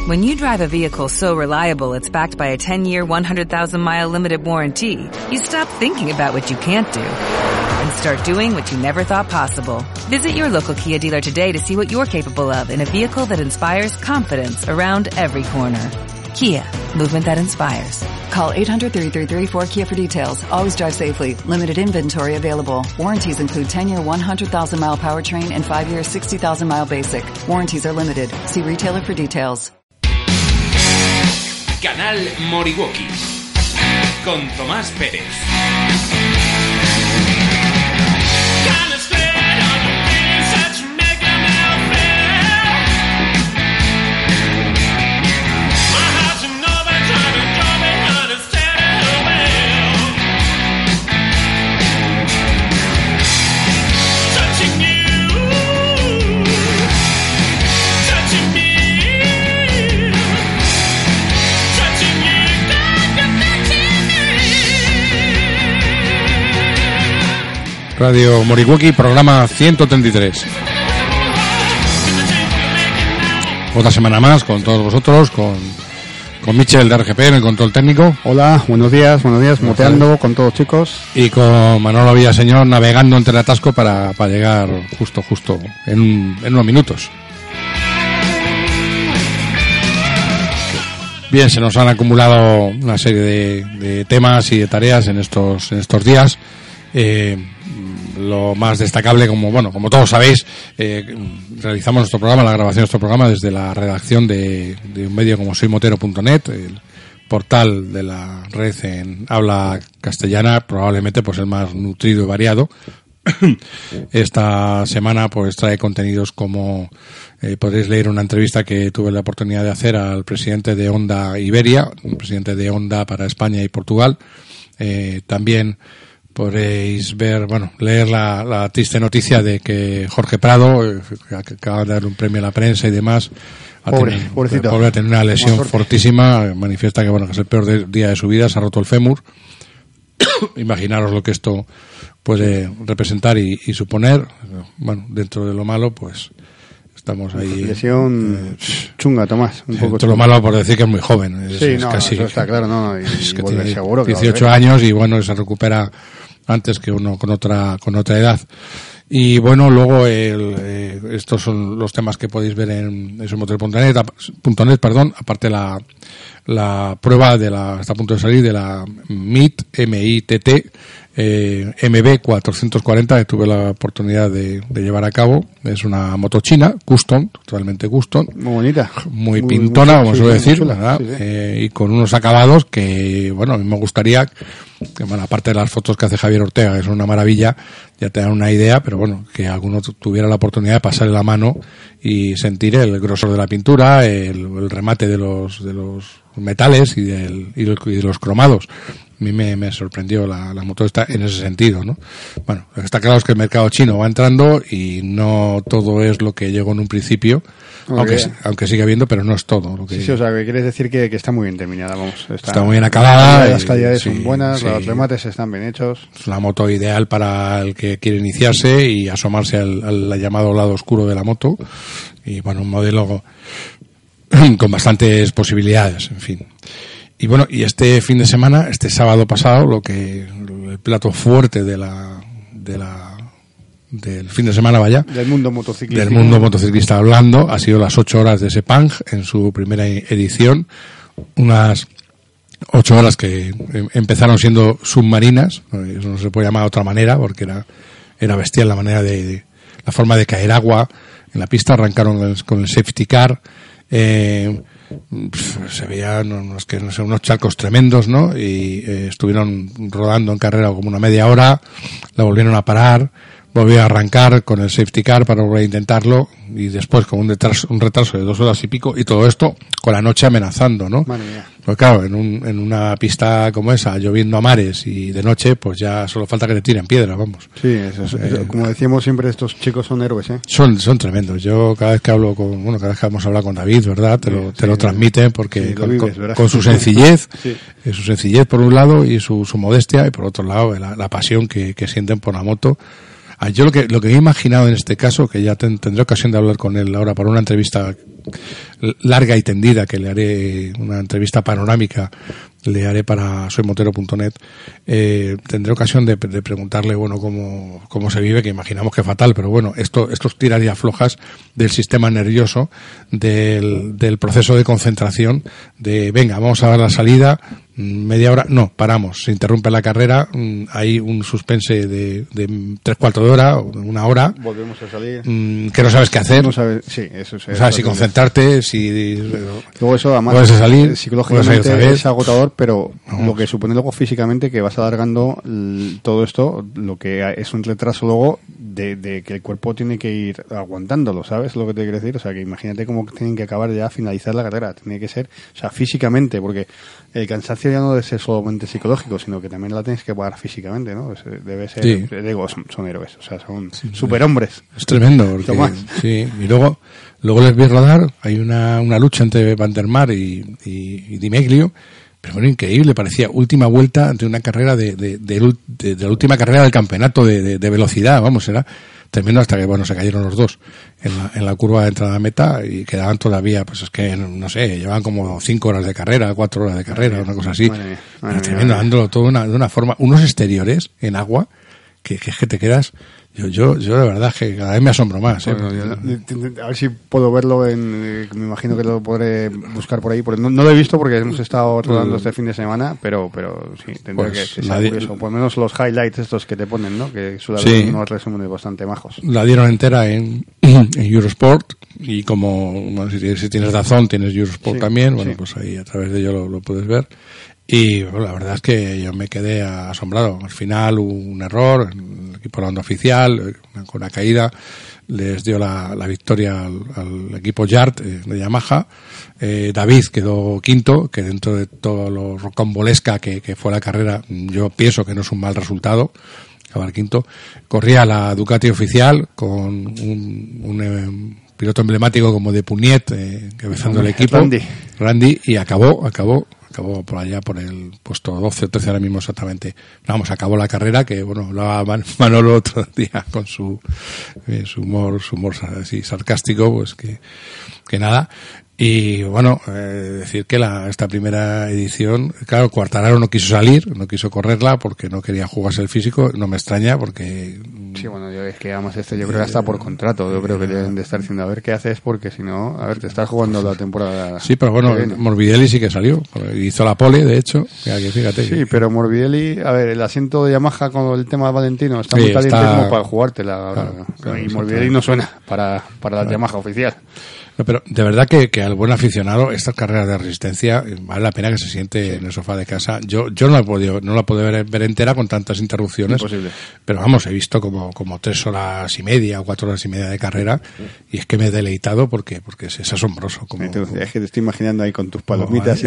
When you drive a vehicle so reliable it's backed by a 10-year, 100,000-mile limited warranty, you stop thinking about what you can't do and start doing what you never thought possible. Visit your local Kia dealer today to see what you're capable of in a vehicle that inspires confidence around every corner. Kia, movement that inspires. Call 800-3334-KIA for details. Always drive safely. Limited inventory available. Warranties include 10-year 100,000-mile powertrain and 5-year 60,000-mile basic. Warranties are limited. See retailer for details. Canal Moriwaki con Tomás Pérez. Radio Moriwaki, programa 133. Otra semana más con todos vosotros, con Michel de RGP en el control técnico. Hola, buenos días, moteando con todos chicos. Y con Manolo Villaseñor navegando entre el atasco para llegar justo en unos minutos. Bien, se nos han acumulado una serie de temas y de tareas en estos días. Lo más destacable, como todos sabéis, realizamos nuestro programa, la grabación de nuestro programa desde la redacción de un medio como soymotero.net, el portal de la red en habla castellana, probablemente pues el más nutrido y variado. Esta semana pues trae contenidos como podréis leer una entrevista que tuve la oportunidad de hacer al presidente de Honda Iberia, un presidente de Honda para España y Portugal. También podréis leer la triste noticia de que Jorge Prado, que acaba de dar un premio a la prensa y demás, pobrecito, vuelve a tener una lesión fortísima. Manifiesta que es el peor día de su vida, se ha roto el fémur. Imaginaros lo que esto puede representar y suponer. Dentro de lo malo, pues estamos ahí. Lesión chunga, Tomás. Un poco lo malo por decir que es muy joven. Casi, eso está claro, ¿no? Es que tiene seguro 18 años y se recupera antes que uno con otra edad. Y luego estos son los temas que podéis ver en soymotero.net, aparte la prueba está a punto de salir de la MITT MB 440 que tuve la oportunidad de llevar a cabo. Es una moto china, custom, totalmente custom. Muy bonita. Muy pintona, como suelo decir, ¿verdad? Sí. Y con unos acabados que, a mí me gustaría que, aparte de las fotos que hace Javier Ortega, que son una maravilla, ya te dan una idea, pero que alguno tuviera la oportunidad de pasarle la mano y sentir el grosor de la pintura, el remate de los metales y de los cromados. A mí me sorprendió la moto esta en ese sentido, ¿no? Está claro que el mercado chino va entrando y no todo es lo que llegó en un principio, aunque sigue habiendo, pero no es todo. Lo que... Sí, o sea, que quieres decir que está muy bien terminada, Está muy bien acabada. Las calidades son buenas, los remates están bien hechos. Es la moto ideal para el que quiere iniciarse y asomarse al llamado lado oscuro de la moto. Y un modelo con bastantes posibilidades, en fin. Y este fin de semana, este sábado pasado, el plato fuerte del fin de semana, del mundo motociclista hablando, ha sido las 8 horas de Sepang en su primera edición. Unas 8 horas que empezaron siendo submarinas, eso no se puede llamar de otra manera porque era bestial la manera la forma de caer agua en la pista. Arrancaron con el safety car, se veían unos charcos tremendos, ¿no? Y estuvieron rodando en carrera como una media hora, la volvieron a parar, volvió a arrancar con el safety car para volver a intentarlo y después con un retraso de 2 horas y pico, y todo esto con la noche amenazando, ¿no? Madre mía. Pues claro, en una pista como esa, lloviendo a mares y de noche, pues ya solo falta que te tiren piedra, vamos. Sí, eso, como decíamos siempre, estos chicos son héroes, ¿eh? Son tremendos. Yo cada vez que hablo cada vez que vamos a hablar con David, ¿verdad? Te lo transmiten porque con su sencillez, su sencillez por un lado y su modestia, y por otro lado la pasión que sienten por la moto. Yo lo que me he imaginado en este caso, que ya tendré ocasión de hablar con él ahora para una entrevista larga y tendida, que le haré una entrevista panorámica, le haré para soymotero.net, tendré ocasión de preguntarle, bueno, cómo se vive, que imaginamos que fatal, pero bueno, estos tiras y aflojas del sistema nervioso, del proceso de concentración, de venga, vamos a dar la salida, media hora, no, paramos, se interrumpe la carrera, hay un suspense de 3/4 de hora, o de una hora. Volvemos a salir. Que no sabes qué hacer. No sabes, sí, eso es. No sabes si concentrarte, si... Luego eso, además, puedes salir, psicológicamente es agotador, pero no, lo que supone luego físicamente que vas alargando todo esto, lo que es un retraso luego de que el cuerpo tiene que ir aguantándolo, ¿sabes lo que te quiero decir? O sea, que imagínate cómo tienen que acabar ya, finalizar la carrera. Tiene que ser, o sea, físicamente, porque el cansancio ya no debe ser solamente psicológico, sino que también la tienes que pagar físicamente, ¿no? Debe ser, sí. Digo, son héroes, o sea, son superhombres. Es tremendo, porque, sí, y luego les vi rodar, hay una lucha entre Van der Mar y Di Meglio, pero bueno, increíble, parecía última vuelta de una carrera de la última carrera del campeonato de velocidad, vamos, era tremendo, hasta que bueno, se cayeron los dos en la curva de entrada a meta y quedaban todavía, pues es que no sé, llevaban como 5 horas de carrera, 4 horas de carrera, una cosa así. Era tremendo, dándolo todo de una forma, unos exteriores en agua que es que te quedas. Yo de verdad que cada vez me asombro más. Bueno, a ver si puedo verlo me imagino que lo podré buscar por ahí, porque no lo he visto porque hemos estado rodando este fin de semana, pero sí, tendría que ser curioso. Por lo menos los highlights estos que te ponen, ¿no? Que suele haber unos resúmenes bastante majos. La dieron entera en Eurosport, y como bueno, si tienes DAZN, tienes Eurosport también, bueno, pues ahí a través de ello lo puedes ver. Y bueno, la verdad es que yo me quedé asombrado. Al final hubo un error, el equipo de la onda oficial, con la caída, les dio la victoria al equipo Yard de Yamaha. David quedó quinto, que dentro de todo lo rocambolesca que fue la carrera, yo pienso que no es un mal resultado acabar quinto. Corría la Ducati oficial con un piloto emblemático como de Puniet, encabezando el equipo, Randy, y acabó por allá por el puesto 12 o 13 ahora mismo exactamente. Vamos, acabó la carrera, que bueno, hablaba Manolo otro día con su humor así sarcástico, pues que nada. Y bueno, decir que esta primera edición, claro, Quartararo no quiso salir, no quiso correrla porque no quería jugarse el físico, no me extraña porque... Sí, bueno, es que además yo creo que está por contrato, yo creo que deben de estar diciendo a ver qué haces, porque si no, a ver, te estás jugando la temporada. Sí, pero bueno, Morbidelli sí que salió, hizo la pole, de hecho, que fíjate. Sí, pero Morbidelli, a ver, el asiento de Yamaha con el tema de Valentino está muy caliente como para jugártela, claro, y Morbidelli no suena para la Yamaha oficial. No, pero de verdad que al buen aficionado estas carreras de resistencia vale la pena que se siente en el sofá de casa. Yo no la he podido ver entera con tantas interrupciones. Imposible. Pero vamos, he visto como 3 horas y media o 4 horas y media de carrera, y es que me he deleitado porque es asombroso. Es que te estoy imaginando ahí con tus palomitas.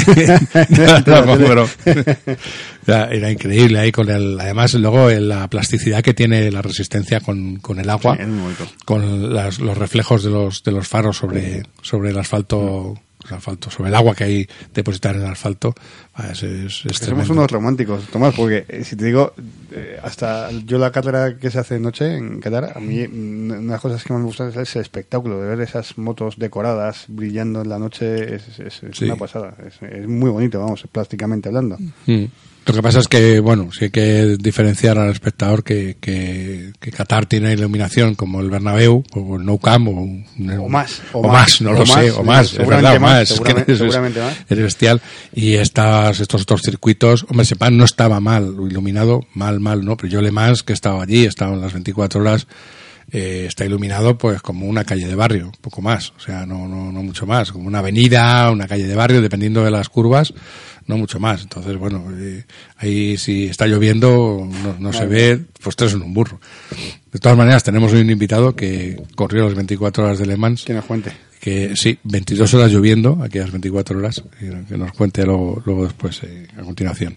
Pero era increíble ahí además luego la plasticidad que tiene la resistencia con el agua, con los reflejos de los faros sobre el asfalto, sobre el agua que hay depositada en el asfalto. Somos unos románticos, Tomás, porque si te digo, hasta yo la carrera que se hace de noche en Qatar, a mí una de las cosas que más me gusta es ese espectáculo de ver esas motos decoradas brillando en la noche. Es una pasada, es muy bonito, vamos, plásticamente hablando. Lo que pasa es que, bueno, sí hay que diferenciar al espectador que Qatar tiene iluminación como el Bernabéu, o el Nou Camp, o más, es verdad, más. Seguramente más. Es bestial. Y estos otros circuitos, hombre, Sepang no estaba mal iluminado, mal, no, pero yo Le Mans, que estaba allí, estaba en las 24 horas, está iluminado pues como una calle de barrio, poco más, o sea, no mucho más, como una avenida, una calle de barrio, dependiendo de las curvas, no mucho más. Entonces, bueno, ahí si está lloviendo no se ve, pues tres en un burro. De todas maneras, tenemos hoy un invitado que corrió las 24 horas de Le Mans. Que nos cuente. Que sí, 22 horas lloviendo, aquellas 24 horas, que nos cuente luego después, a continuación.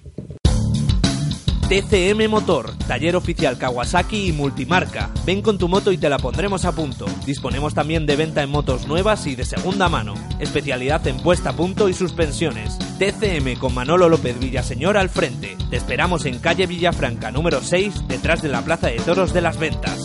TCM Motor, taller oficial Kawasaki y multimarca. Ven con tu moto y te la pondremos a punto. Disponemos también de venta en motos nuevas y de segunda mano. Especialidad en puesta a punto y suspensiones. TCM con Manolo López Villaseñor al frente. Te esperamos en calle Villafranca número 6, detrás de la Plaza de Toros de las Ventas.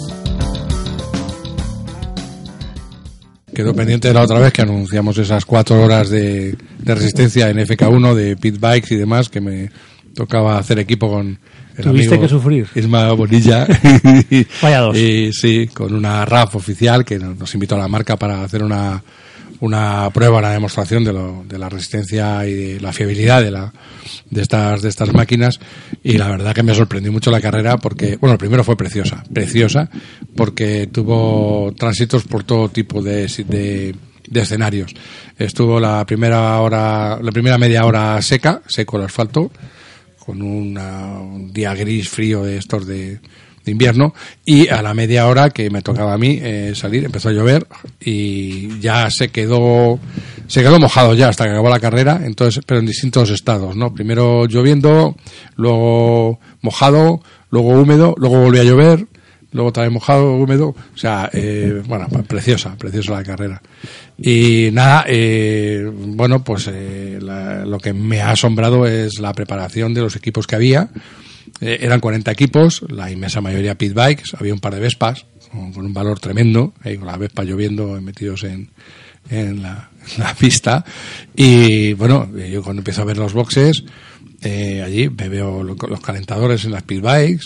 Quedó pendiente de la otra vez que anunciamos esas 4 horas de resistencia en FK1 de pit bikes y demás, que me tocaba hacer equipo con el Tuviste amigo que sufrir. Isma Bonilla. Vaya dos. Y sí, con una RAF oficial que nos invitó a la marca para hacer una prueba, una demostración de la resistencia y de la fiabilidad de estas máquinas, y la verdad que me sorprendió mucho la carrera porque, bueno, el primero fue preciosa, porque tuvo tránsitos por todo tipo de escenarios. Estuvo la primera media hora seco el asfalto, con un día gris frío de estos de invierno, y a la media hora que me tocaba a mí salir empezó a llover y ya se quedó mojado ya hasta que acabó la carrera, entonces, pero en distintos estados, ¿no? Primero lloviendo, luego mojado, luego húmedo, luego volvió a llover, luego otra vez mojado, húmedo, o sea, bueno, preciosa la carrera. Y nada, bueno, pues lo que me ha asombrado es la preparación de los equipos que había. Eran 40 equipos, la inmensa mayoría pit bikes, había un par de Vespas con un valor tremendo, con las Vespas lloviendo metidos en la pista. Y bueno, yo cuando empiezo a ver los boxes, allí me veo los calentadores en las pit bikes,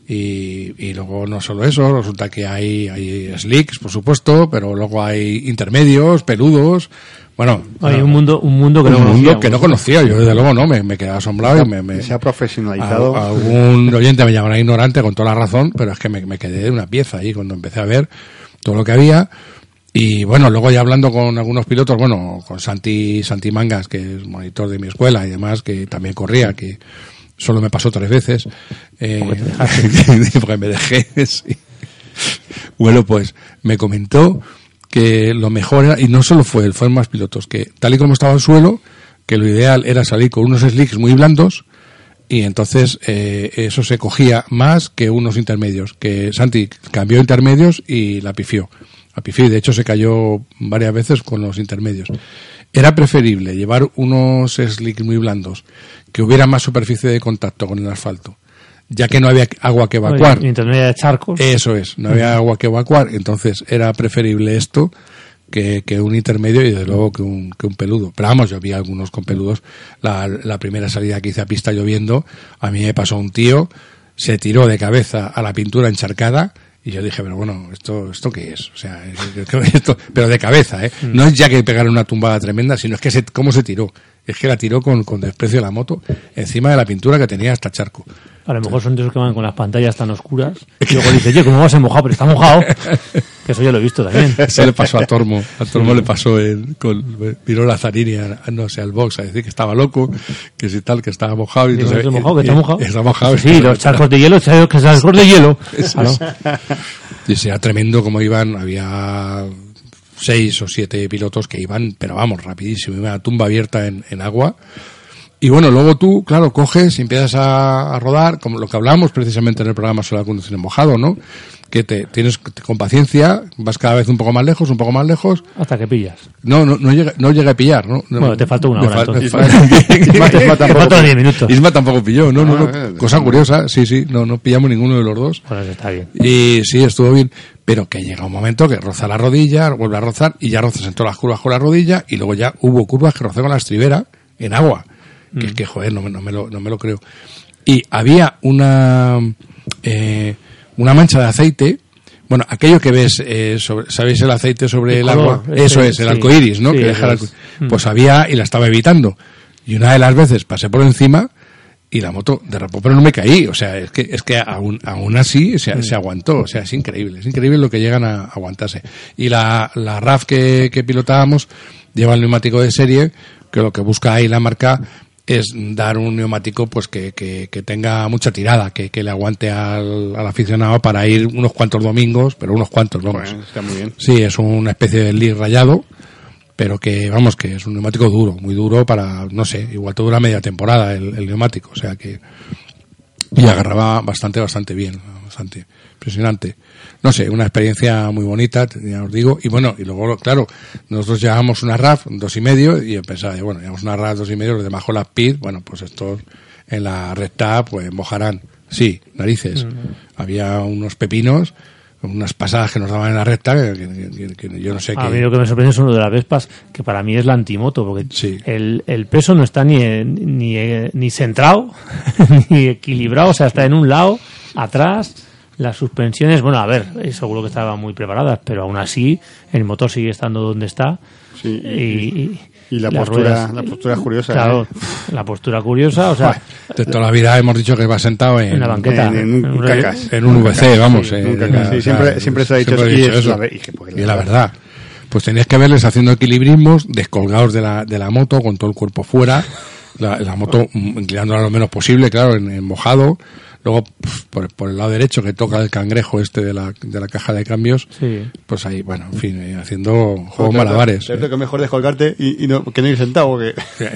y luego no solo eso, resulta que hay slicks, por supuesto, pero luego hay intermedios, peludos. Bueno, hay un mundo que no conocía. Yo desde luego no, me quedé asombrado y se ha profesionalizado. Algún oyente me llamará ignorante con toda la razón, pero es que me quedé de una pieza ahí cuando empecé a ver todo lo que había. Y bueno, luego ya hablando con algunos pilotos, bueno, con Santi Mangas, que es monitor de mi escuela y demás, que también corría, que solo me pasó 3 veces, porque me dejé, sí. Bueno, pues me comentó que lo mejor era, y no solo fueron más pilotos, que tal y como estaba el suelo, que lo ideal era salir con unos slicks muy blandos, y entonces eso se cogía más que unos intermedios, que Santi cambió intermedios y la pifió, y de hecho se cayó varias veces con los intermedios. Era preferible llevar unos slicks muy blandos, que hubiera más superficie de contacto con el asfalto, ya que no había agua que evacuar. Intermedia de charcos. Eso es, no había agua que evacuar, entonces era preferible esto que un intermedio y desde luego que un peludo. Pero vamos, yo vi algunos con peludos. La primera salida que hice a pista lloviendo, a mí me pasó un tío, se tiró de cabeza a la pintura encharcada, y yo dije, pero bueno, ¿esto qué es? O sea, esto, pero de cabeza, ¿eh? No es ya que pegarle una tumbada tremenda, sino es que cómo se tiró. Es que la tiró con desprecio la moto encima de la pintura que tenía hasta charco. A lo mejor son de esos que van con las pantallas tan oscuras y luego dice, oye, ¿cómo va a ser mojado? Pero está mojado. Que eso yo lo he visto también. Eso le pasó a Tormo. A Tormo le pasó miró Lazzarini al box a decir que estaba loco, que si tal, que estaba mojado. Y entonces, está mojado, que está mojado. Está mojado. Sí, los charcos de hielo, charcos de hielo. Y sea tremendo como iban, había 6 o 7 pilotos que iban, pero vamos, rapidísimo, iban a tumba abierta en agua. Y bueno, luego tú, claro, coges y empiezas a rodar, como lo que hablábamos precisamente en el programa sobre la conducción en mojado, ¿no? Que tienes con paciencia, vas cada vez un poco más lejos. Hasta que pillas. No llega a pillar, ¿no? Bueno, te falta una hora, entonces. Isma te falta 10 minutos. Isma tampoco pilló, no. Cosa curiosa, sí, no pillamos ninguno de los dos. Bueno, está bien. Y sí, estuvo bien, pero que llega un momento que roza la rodilla, vuelve a rozar, y ya rozas en todas las curvas con la rodilla, y luego ya hubo curvas que rozé con la estribera en agua. Que es que, joder, no me lo creo. Y había una mancha de aceite, bueno, aquello que ves, ¿sabéis el aceite sobre el agua? Eso es, el arcoíris, ¿no? Sí, que deja pues había, y la estaba evitando. Y una de las veces pasé por encima y la moto derrapó, pero no me caí. O sea, es que aún así se aguantó. O sea, es increíble lo que llegan a aguantarse. Y la RAF que pilotábamos lleva el neumático de serie, que lo que busca ahí la marca es dar un neumático pues que tenga mucha tirada, que le aguante al aficionado para ir unos cuantos domingos, pero unos cuantos, vamos. Bueno, está muy bien. Sí, es una especie de Lee rayado, pero que es un neumático duro, muy duro para, no sé, igual te dura media temporada el neumático, o sea que y agarraba bastante bien, bastante impresionante. No sé, una experiencia muy bonita, ya os digo. Y bueno, y luego, claro, nosotros llevábamos una RAF 2,5 y yo pensaba, bueno, llevamos una RAF 2,5, los de Majola Speed, bueno, pues estos en la recta pues mojarán. Sí, narices. Había unos pepinos, unas pasadas que nos daban en la recta que yo no sé qué. A mí lo que me sorprende es uno de las Vespas, que para mí es la antimoto, porque sí. el peso no está ni centrado, ni equilibrado, o sea, está en un lado, atrás. Las suspensiones, bueno, a ver, seguro que estaban muy preparadas, pero aún así el motor sigue estando donde está. Sí, y la postura es curiosa. Claro, la postura curiosa, o sea... De toda la vida hemos dicho que va sentado en la banqueta. En un cacas. En un VC, vamos. Sí, siempre se ha dicho eso. Y la verdad, pues tenías que verles haciendo equilibrismos, descolgados de la moto, con todo el cuerpo fuera, la moto inclinándola lo menos posible, claro, en mojado. Luego, por el lado derecho, que toca el cangrejo de la caja de cambios, sí. Pues ahí, bueno, en fin, haciendo juegos malabares. Cierto que es mejor descolgarte y no, que no ir sentado. Porque...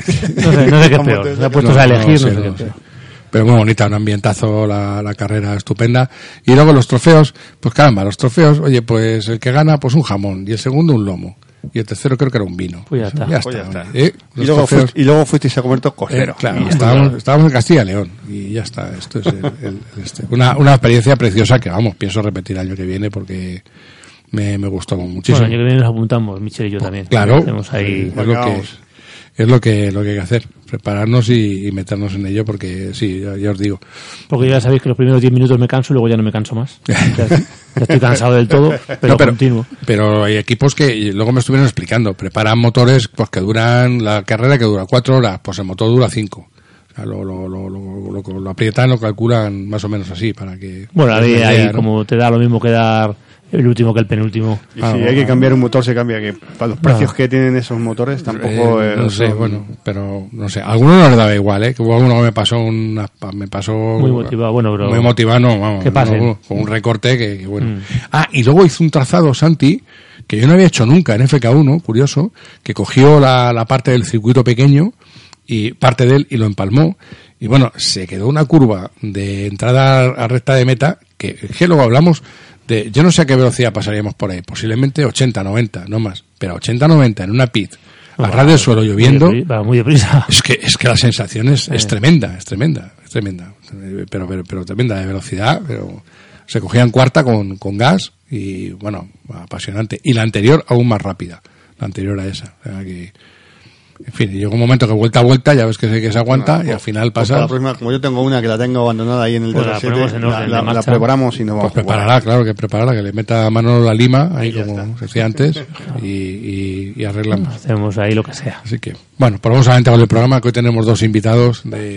no sé qué es peor. Se ha puesto a elegir, no sé qué es peor. Pero muy bonita, un ambientazo, la carrera estupenda. Y luego los trofeos, pues caramba, los trofeos, oye, pues el que gana, pues un jamón, y el segundo un lomo. Y el tercero creo que era un vino. Pues ya está. Y luego fuisteis a comer todos costeros. Claro, estábamos en Castilla y León. Y ya está. Esto es una experiencia preciosa que, vamos, pienso repetir el año que viene porque me gustó muchísimo. Bueno, el año que viene nos apuntamos, Michel y yo también. Claro. Ahí... Es lo que hay que hacer. Prepararnos y meternos en ello porque, sí, ya os digo. Porque ya sabéis que los primeros 10 minutos me canso y luego ya no me canso más. Ya estoy cansado del todo, pero continuo. Pero hay equipos que luego me estuvieron explicando. Preparan motores pues que duran, la carrera que dura 4 horas, pues el motor dura 5. O sea, lo aprietan, lo calculan más o menos así para que... Bueno, ahí ¿no? Como te da lo mismo que dar el último que el penúltimo. Y si hay que cambiar un motor, se cambia. Que para los precios que tienen esos motores tampoco... no sé, bueno, pero no sé. A algunos no les daba igual, que hubo alguno que me pasó... Muy motivado, bueno, bro. Muy motivado, no, vamos. Que pase. Con un recorte que bueno. Y luego hizo un trazado, Santi, que yo no había hecho nunca en FK1, curioso, que cogió la parte del circuito pequeño y parte de él y lo empalmó. Y bueno, se quedó una curva de entrada a recta de meta que luego hablamos de, yo no sé a qué velocidad pasaríamos por ahí, posiblemente 80, 90, no más, pero 80, 90 en una pit, a ras del suelo lloviendo, muy deprisa. Es que la sensación es tremenda, pero tremenda de velocidad, pero se cogía en cuarta con gas y bueno, apasionante. Y la anterior aún más rápida, la anterior a esa, o sea que... En fin, llegó un momento que vuelta a vuelta, ya ves que se aguanta y al final pasa... La próxima, como yo tengo una que la tengo abandonada ahí en el DL7, la preparamos y no vamos pues prepararla, claro que prepararla, que le meta mano la lima, ahí como se hacía antes, y arreglamos. Hacemos ahí lo que sea. Así que, bueno, pues vamos adelante con el programa, que hoy tenemos dos invitados,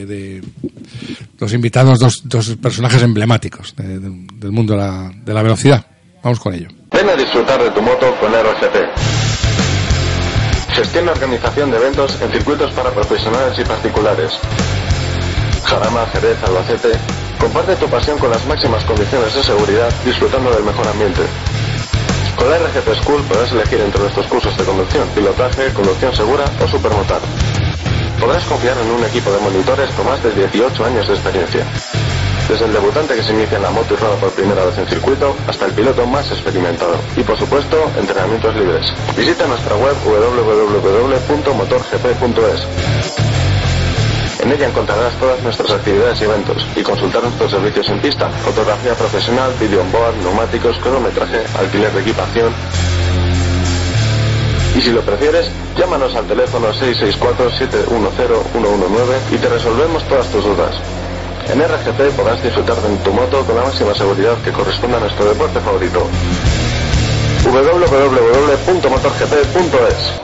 dos personajes emblemáticos del mundo de la velocidad. Vamos con ello. Ven a disfrutar de tu moto con RGP. Gestión y organización de eventos en circuitos para profesionales y particulares. Jarama, Jerez, Albacete. Comparte tu pasión con las máximas condiciones de seguridad, disfrutando del mejor ambiente. Con la RGP School podrás elegir entre nuestros cursos de conducción, pilotaje, conducción segura o supermotar. Podrás confiar en un equipo de monitores con más de 18 años de experiencia. Desde el debutante que se inicia en la moto y rueda por primera vez en circuito, hasta el piloto más experimentado. Y por supuesto, entrenamientos libres. Visita nuestra web www.motorgp.es. En ella encontrarás todas nuestras actividades y eventos, y consultar nuestros servicios en pista, fotografía profesional, video on board, neumáticos, cronometraje, alquiler de equipación. Y si lo prefieres, llámanos al teléfono 664-710-119 y te resolvemos todas tus dudas. En RGP podrás disfrutar de tu moto con la máxima seguridad que corresponde a nuestro deporte favorito. www.motorgp.es.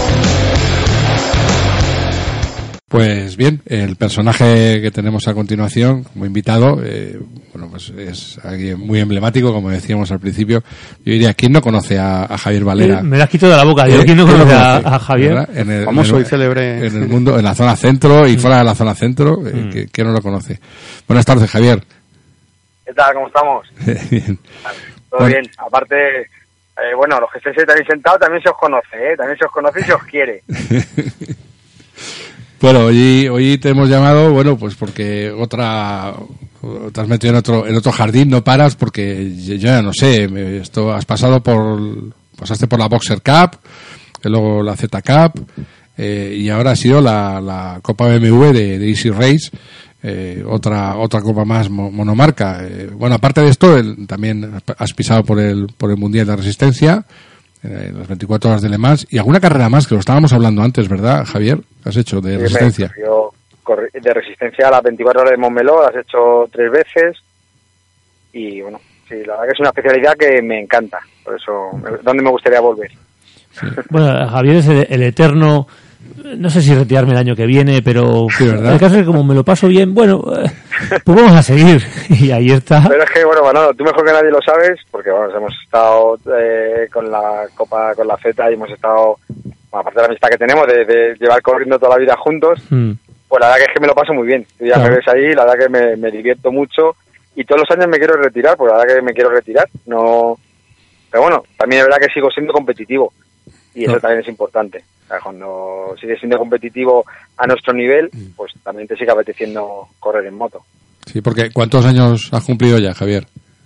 Pues bien, el personaje que tenemos a continuación como invitado, bueno, pues es alguien muy emblemático, como decíamos al principio. Yo diría, ¿quién no conoce a Javier Valera? Me la has quitado de la boca. Yo, ¿quién no conoce a Javier? Famoso y célebre. En el mundo, en la zona centro y fuera de la zona centro, ¿quién no lo conoce? Buenas tardes, Javier. ¿Qué tal? ¿Cómo estamos? Bien. Todo bien. Aparte, bueno, los que estéis ahí sentados también se os conoce, también se os conoce y se os quiere. Bueno, hoy te hemos llamado, bueno, pues porque otra te has metido en otro jardín, no paras, porque yo ya no sé, pasaste por la Boxer Cup, luego la Z Cup, y ahora ha sido la Copa BMW de Easy Race, otra copa más monomarca. Bueno, aparte de esto, también has pisado por el Mundial de Resistencia, las 24 horas de Le Mans, y alguna carrera más, que lo estábamos hablando antes, ¿verdad, Javier? ¿Has hecho de resistencia? Yo de resistencia a las 24 horas de Montmeló, las he hecho 3 veces, y bueno, sí, la verdad que es una especialidad que me encanta, por eso, ¿dónde me gustaría volver? Sí. Bueno, Javier es el eterno, no sé si retirarme el año que viene, pero sí, ¿verdad? El caso es que como me lo paso bien, bueno, pues vamos a seguir, y ahí está. Pero es que, bueno, Manolo, tú mejor que nadie lo sabes, porque bueno, hemos estado con la Copa, con la Z, y hemos estado, bueno, aparte de la amistad que tenemos, de llevar corriendo toda la vida juntos, pues la verdad que es que me lo paso muy bien. Tú ya me ves ahí, la verdad que me divierto mucho, y todos los años me quiero retirar, pues la verdad que me quiero retirar, no... Pero bueno, también es verdad que sigo siendo competitivo, y eso también es importante. O sea, cuando sigues siendo competitivo a nuestro nivel, pues también te sigue apeteciendo correr en moto. Sí, porque ¿cuántos años has cumplido ya, Javier?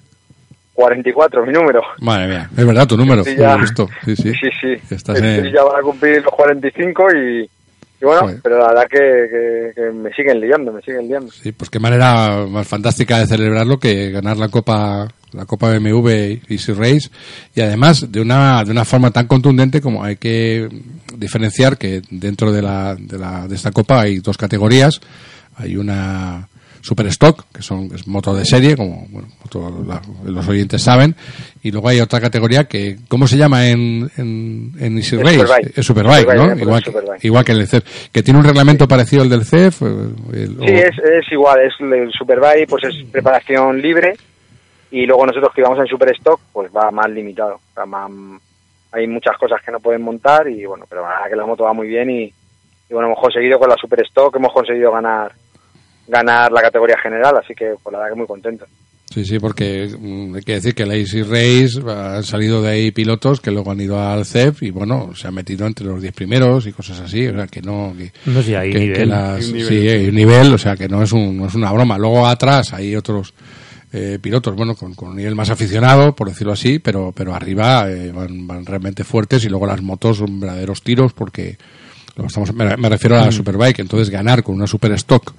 44, mi número. Madre mía, es verdad tu número. Sí, ya, sí. Ya van a cumplir los 45 y bueno, joder. Pero la verdad que me siguen liando. Sí, pues qué manera más fantástica de celebrarlo que ganar la Copa BMW Easy Race, y además de una forma tan contundente. Como hay que diferenciar que dentro de esta Copa hay 2 categorías. Hay una Super Stock, que es moto de serie, como bueno, los oyentes saben, y luego hay otra categoría que, ¿cómo se llama en Easy Race? Es Superbike, ¿no? Igual que el CEF, que tiene un reglamento parecido al del CEF. Sí, es igual, es el Superbike, pues es preparación libre, y luego nosotros que íbamos en Super Stock, pues va más limitado, o sea, hay muchas cosas que no pueden montar, y bueno, pero la verdad que la moto va muy bien, y bueno, hemos conseguido con la Super Stock, hemos conseguido ganar la categoría general, así que pues la verdad que muy contento. Sí, porque hay que decir que la Easy Race han salido de ahí pilotos que luego han ido al CEF y bueno, se han metido entre los 10 primeros y cosas así, o sea que no... No sé, hay nivel. Sí, hay un nivel, o sea que no es una broma. Luego atrás hay otros pilotos, bueno, con un nivel más aficionado, por decirlo así, pero arriba van realmente fuertes, y luego las motos son verdaderos tiros, porque... Me refiero a la Superbike. Entonces ganar con una Super Stock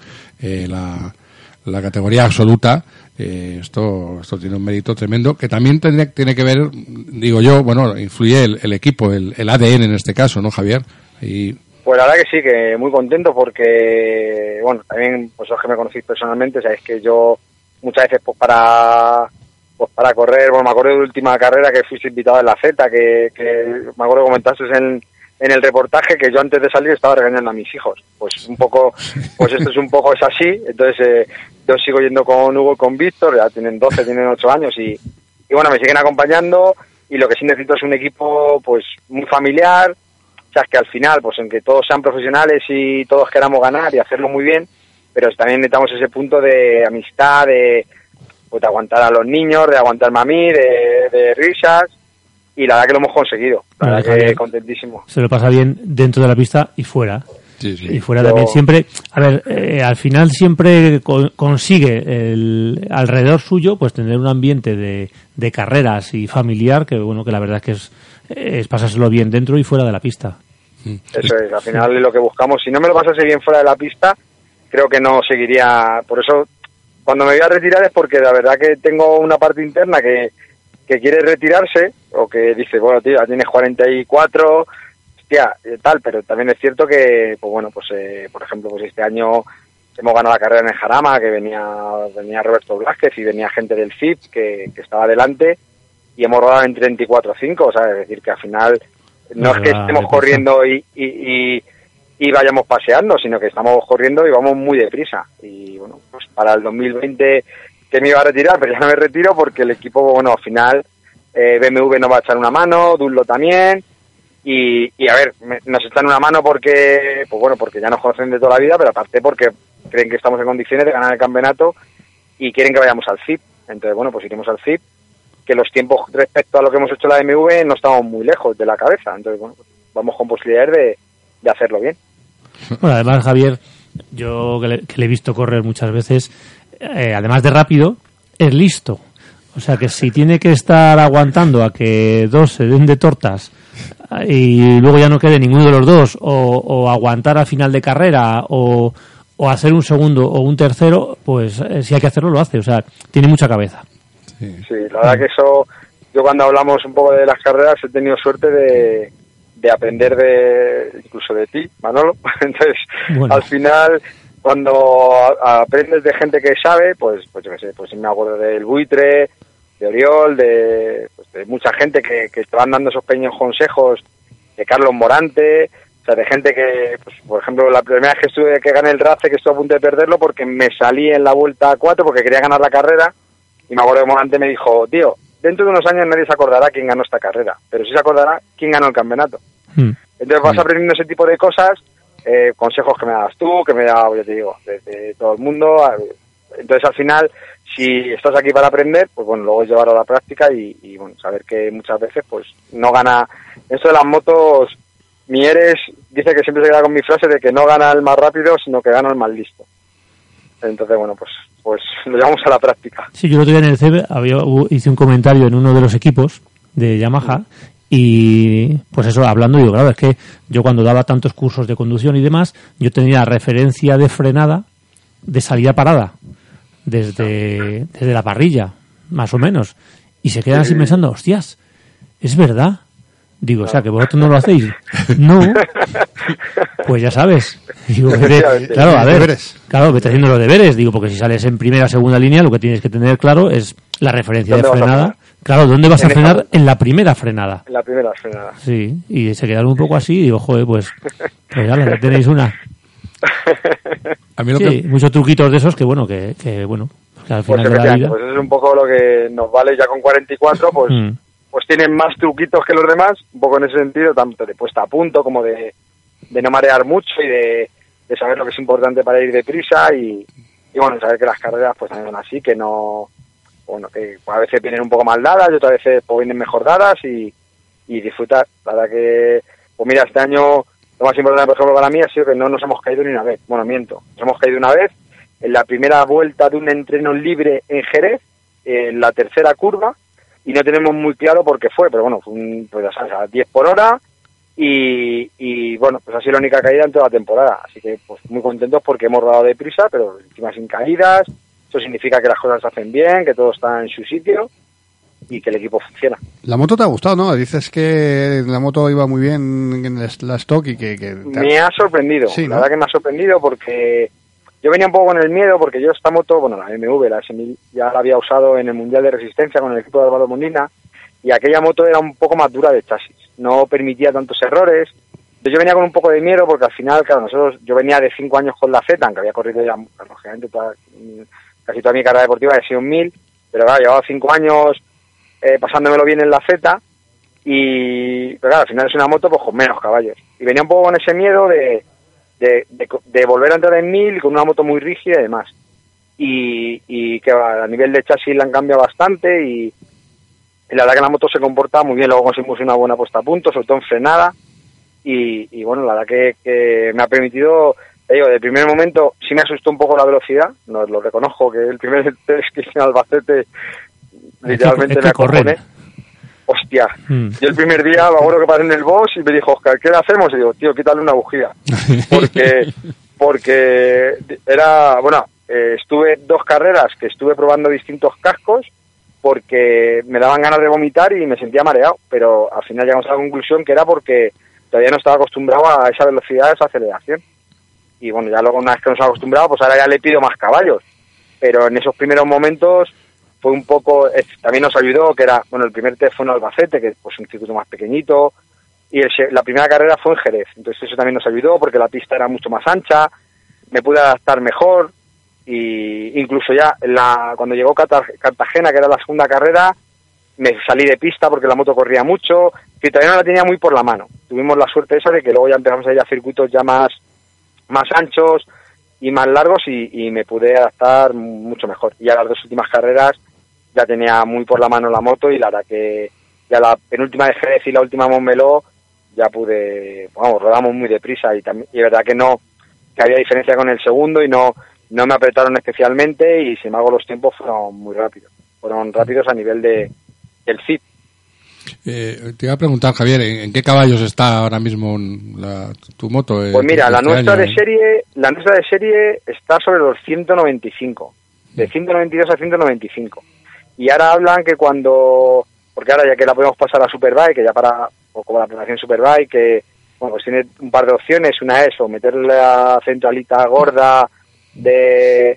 la categoría absoluta, esto tiene un mérito tremendo, que también tiene que ver, digo yo, bueno, influye el equipo, el ADN en este caso, ¿no, Javier? Pues la verdad que sí, que muy contento, porque bueno, también pues los que me conocéis personalmente sabéis que yo muchas veces pues para correr, bueno, me acuerdo de la última carrera que fuiste invitado en la Z, que me acuerdo que comentaste en el reportaje que yo antes de salir estaba regañando a mis hijos. Pues un poco, pues esto es así. Entonces yo sigo yendo con Hugo y con Víctor, ya tienen 12, tienen 8 años y bueno, me siguen acompañando, y lo que sí necesito es un equipo pues muy familiar, o sea, es que al final, pues en que todos sean profesionales y todos queramos ganar y hacerlo muy bien, pero también necesitamos ese punto de amistad, de aguantar a los niños, de aguantarme a mí, de risas. Y la verdad que lo hemos conseguido, la verdad que contentísimo. Se lo pasa bien dentro de la pista y fuera. Sí. Y fuera también siempre, a ver, al final siempre consigue alrededor suyo pues tener un ambiente de carreras y familiar que bueno, que la verdad es que es pasárselo bien dentro y fuera de la pista. Eso es, al final es lo que buscamos. Si no me lo pasase bien fuera de la pista, creo que no seguiría. Por eso, cuando me voy a retirar es porque la verdad que tengo una parte interna que quiere retirarse, o que dice, bueno, tío, ya tienes 44, hostia, tal, pero también es cierto que, pues bueno, pues por ejemplo, pues este año hemos ganado la carrera en el Jarama, que venía Roberto Blázquez y venía gente del FIP que estaba delante, y hemos rodado en 34-5, o sea, es decir, que al final no es que estemos corriendo y vayamos paseando, sino que estamos corriendo y vamos muy deprisa. Y bueno, pues para el 2020 que me iba a retirar, pero ya no me retiro porque el equipo, bueno, al final BMW nos va a echar una mano, Dunlop también, y a ver, nos echan una mano porque, pues bueno, porque ya nos conocen de toda la vida, pero aparte porque creen que estamos en condiciones de ganar el campeonato y quieren que vayamos al CIP. Entonces, bueno, pues iremos al CIP, que los tiempos respecto a lo que hemos hecho en la BMW no estamos muy lejos de la cabeza. Entonces, bueno, pues vamos con posibilidades de hacerlo bien. Bueno, además, Javier, yo que le he visto correr muchas veces, además de rápido, es listo. O sea que si tiene que estar aguantando a que dos se den de tortas y luego ya no quede ninguno de los dos, o aguantar al final de carrera, o hacer un segundo o un tercero, pues si hay que hacerlo, lo hace. O sea, tiene mucha cabeza. Sí, la verdad que eso, yo cuando hablamos un poco de las carreras he tenido suerte de aprender incluso de ti, Manolo. Entonces, bueno, al final, cuando aprendes de gente que sabe, pues yo qué sé, pues me acuerdo del Buitre, de Oriol, de mucha gente que te van dando esos pequeños consejos, de Carlos Morante, o sea, de gente que, pues, por ejemplo, la primera vez que gané el RACE, que estuve a punto de perderlo porque me salí en la vuelta 4 porque quería ganar la carrera, y me acuerdo que Morante me dijo, tío, dentro de unos años nadie se acordará quién ganó esta carrera, pero sí se acordará quién ganó el campeonato. Entonces vas aprendiendo ese tipo de cosas, consejos que me das tú, que me da, yo te digo, de todo el mundo. Entonces al final, si estás aquí para aprender, pues bueno, luego es llevarlo a la práctica y bueno, saber que muchas veces pues no gana. Esto de las motos, Mieres dice que siempre se queda con mi frase de que no gana el más rápido, sino que gana el más listo. Entonces bueno, pues lo llevamos a la práctica. Sí, yo el otro día en el CEB hice un comentario en uno de los equipos de Yamaha y pues eso, hablando, digo, claro, es que yo cuando daba tantos cursos de conducción y demás, yo tenía referencia de frenada de salida parada desde la parrilla, más o menos, y se quedan así pensando, hostias, es verdad. Digo, o sea, que vosotros no lo hacéis. No, pues ya sabes. Digo, claro, a ver, claro, vete haciendo los deberes. Digo, porque si sales en primera, segunda línea, lo que tienes que tener claro es la referencia de frenada. Claro, ¿dónde vas a frenar? En la primera frenada. En la primera frenada. Sí, y se quedaron un poco así y digo, joder, pues ya tenéis una. A mí sí, muchos truquitos de esos que bueno, que al final de la vida. Pues eso es un poco lo que nos vale ya con 44, pues... pues tienen más truquitos que los demás, un poco en ese sentido, tanto de puesta a punto como de no marear mucho y de saber lo que es importante para ir deprisa y bueno, saber que las carreras pues también son así, que no, bueno, que a veces vienen un poco mal dadas y otras veces pues vienen mejor dadas y disfrutar. La verdad que, pues mira, este año lo más importante, por ejemplo, para mí ha sido que no nos hemos caído ni una vez. Bueno, miento, nos hemos caído una vez en la primera vuelta de un entreno libre en Jerez, en la tercera curva, y no tenemos muy claro por qué fue, pero bueno, fue pues ya sabes, a 10 por hora y bueno, pues ha sido la única caída en toda la temporada, así que pues muy contentos porque hemos rodado deprisa, pero encima sin caídas. Eso significa que las cosas se hacen bien, que todo está en su sitio y que el equipo funciona. La moto te ha gustado, ¿no? Dices que la moto iba muy bien en la stock y que me ha sorprendido, sí, ¿no? La verdad que me ha sorprendido porque yo venía un poco con el miedo porque yo esta moto, bueno, la BMW, la S1000, ya la había usado en el Mundial de Resistencia con el equipo de Álvaro Molina y aquella moto era un poco más dura de chasis, no permitía tantos errores. Entonces yo venía con un poco de miedo porque al final, claro, yo venía de 5 años con la Z, aunque había corrido ya, lógicamente, casi toda mi carrera deportiva había sido un 1000, pero claro, llevaba 5 años pasándomelo bien en la Z pero claro, al final es una moto pues con menos caballos. Y venía un poco con ese miedo de volver a entrar en 1000 con una moto muy rígida y demás. Y que a nivel de chasis la han cambiado bastante y la verdad que la moto se comporta muy bien. Luego conseguimos una buena puesta a punto, sobre todo en frenada. Y bueno, la verdad que me ha permitido, te digo, de primer momento sí me asustó un poco la velocidad. No lo reconozco, que el primer test que hice en Albacete literalmente me acojoné. Hostia, yo el primer día me acuerdo que paré en el box y me dijo, Oscar, ¿qué le hacemos? Y digo, tío, quítale una bujía. Porque era, bueno, estuve 2 carreras que estuve probando distintos cascos porque me daban ganas de vomitar y me sentía mareado, pero al final llegamos a la conclusión que era porque todavía no estaba acostumbrado a esa velocidad, a esa aceleración. Y bueno, ya luego una vez que nos acostumbrado, pues ahora ya le pido más caballos. Pero en esos primeros momentos fue un poco, también nos ayudó, que era, bueno, el primer test fue en Albacete, que es pues un circuito más pequeñito, y la primera carrera fue en Jerez, entonces eso también nos ayudó porque la pista era mucho más ancha, me pude adaptar mejor, y incluso ya cuando llegó Cartagena, que era la segunda carrera, me salí de pista porque la moto corría mucho, que todavía no la tenía muy por la mano. Tuvimos la suerte esa de que luego ya empezamos a ir a circuitos ya más anchos y más largos y me pude adaptar mucho mejor. Y a las 2 últimas carreras ya tenía muy por la mano la moto y la verdad que ya la penúltima de Jerez y la última Montmeló ya rodamos muy deprisa y es verdad que había diferencia con el segundo y no no me apretaron especialmente y sin embargo los tiempos fueron muy rápidos. Fueron rápidos a nivel del FIP. Te iba a preguntar, Javier, ¿en qué caballos está ahora mismo tu moto? Pues mira, la nuestra de serie está sobre los 195, de 192 a 195. Y ahora hablan que porque ahora ya que la podemos pasar a Superbike, que ya como la aplicación Superbike, que bueno, pues tiene un par de opciones, una es o meterle la centralita gorda de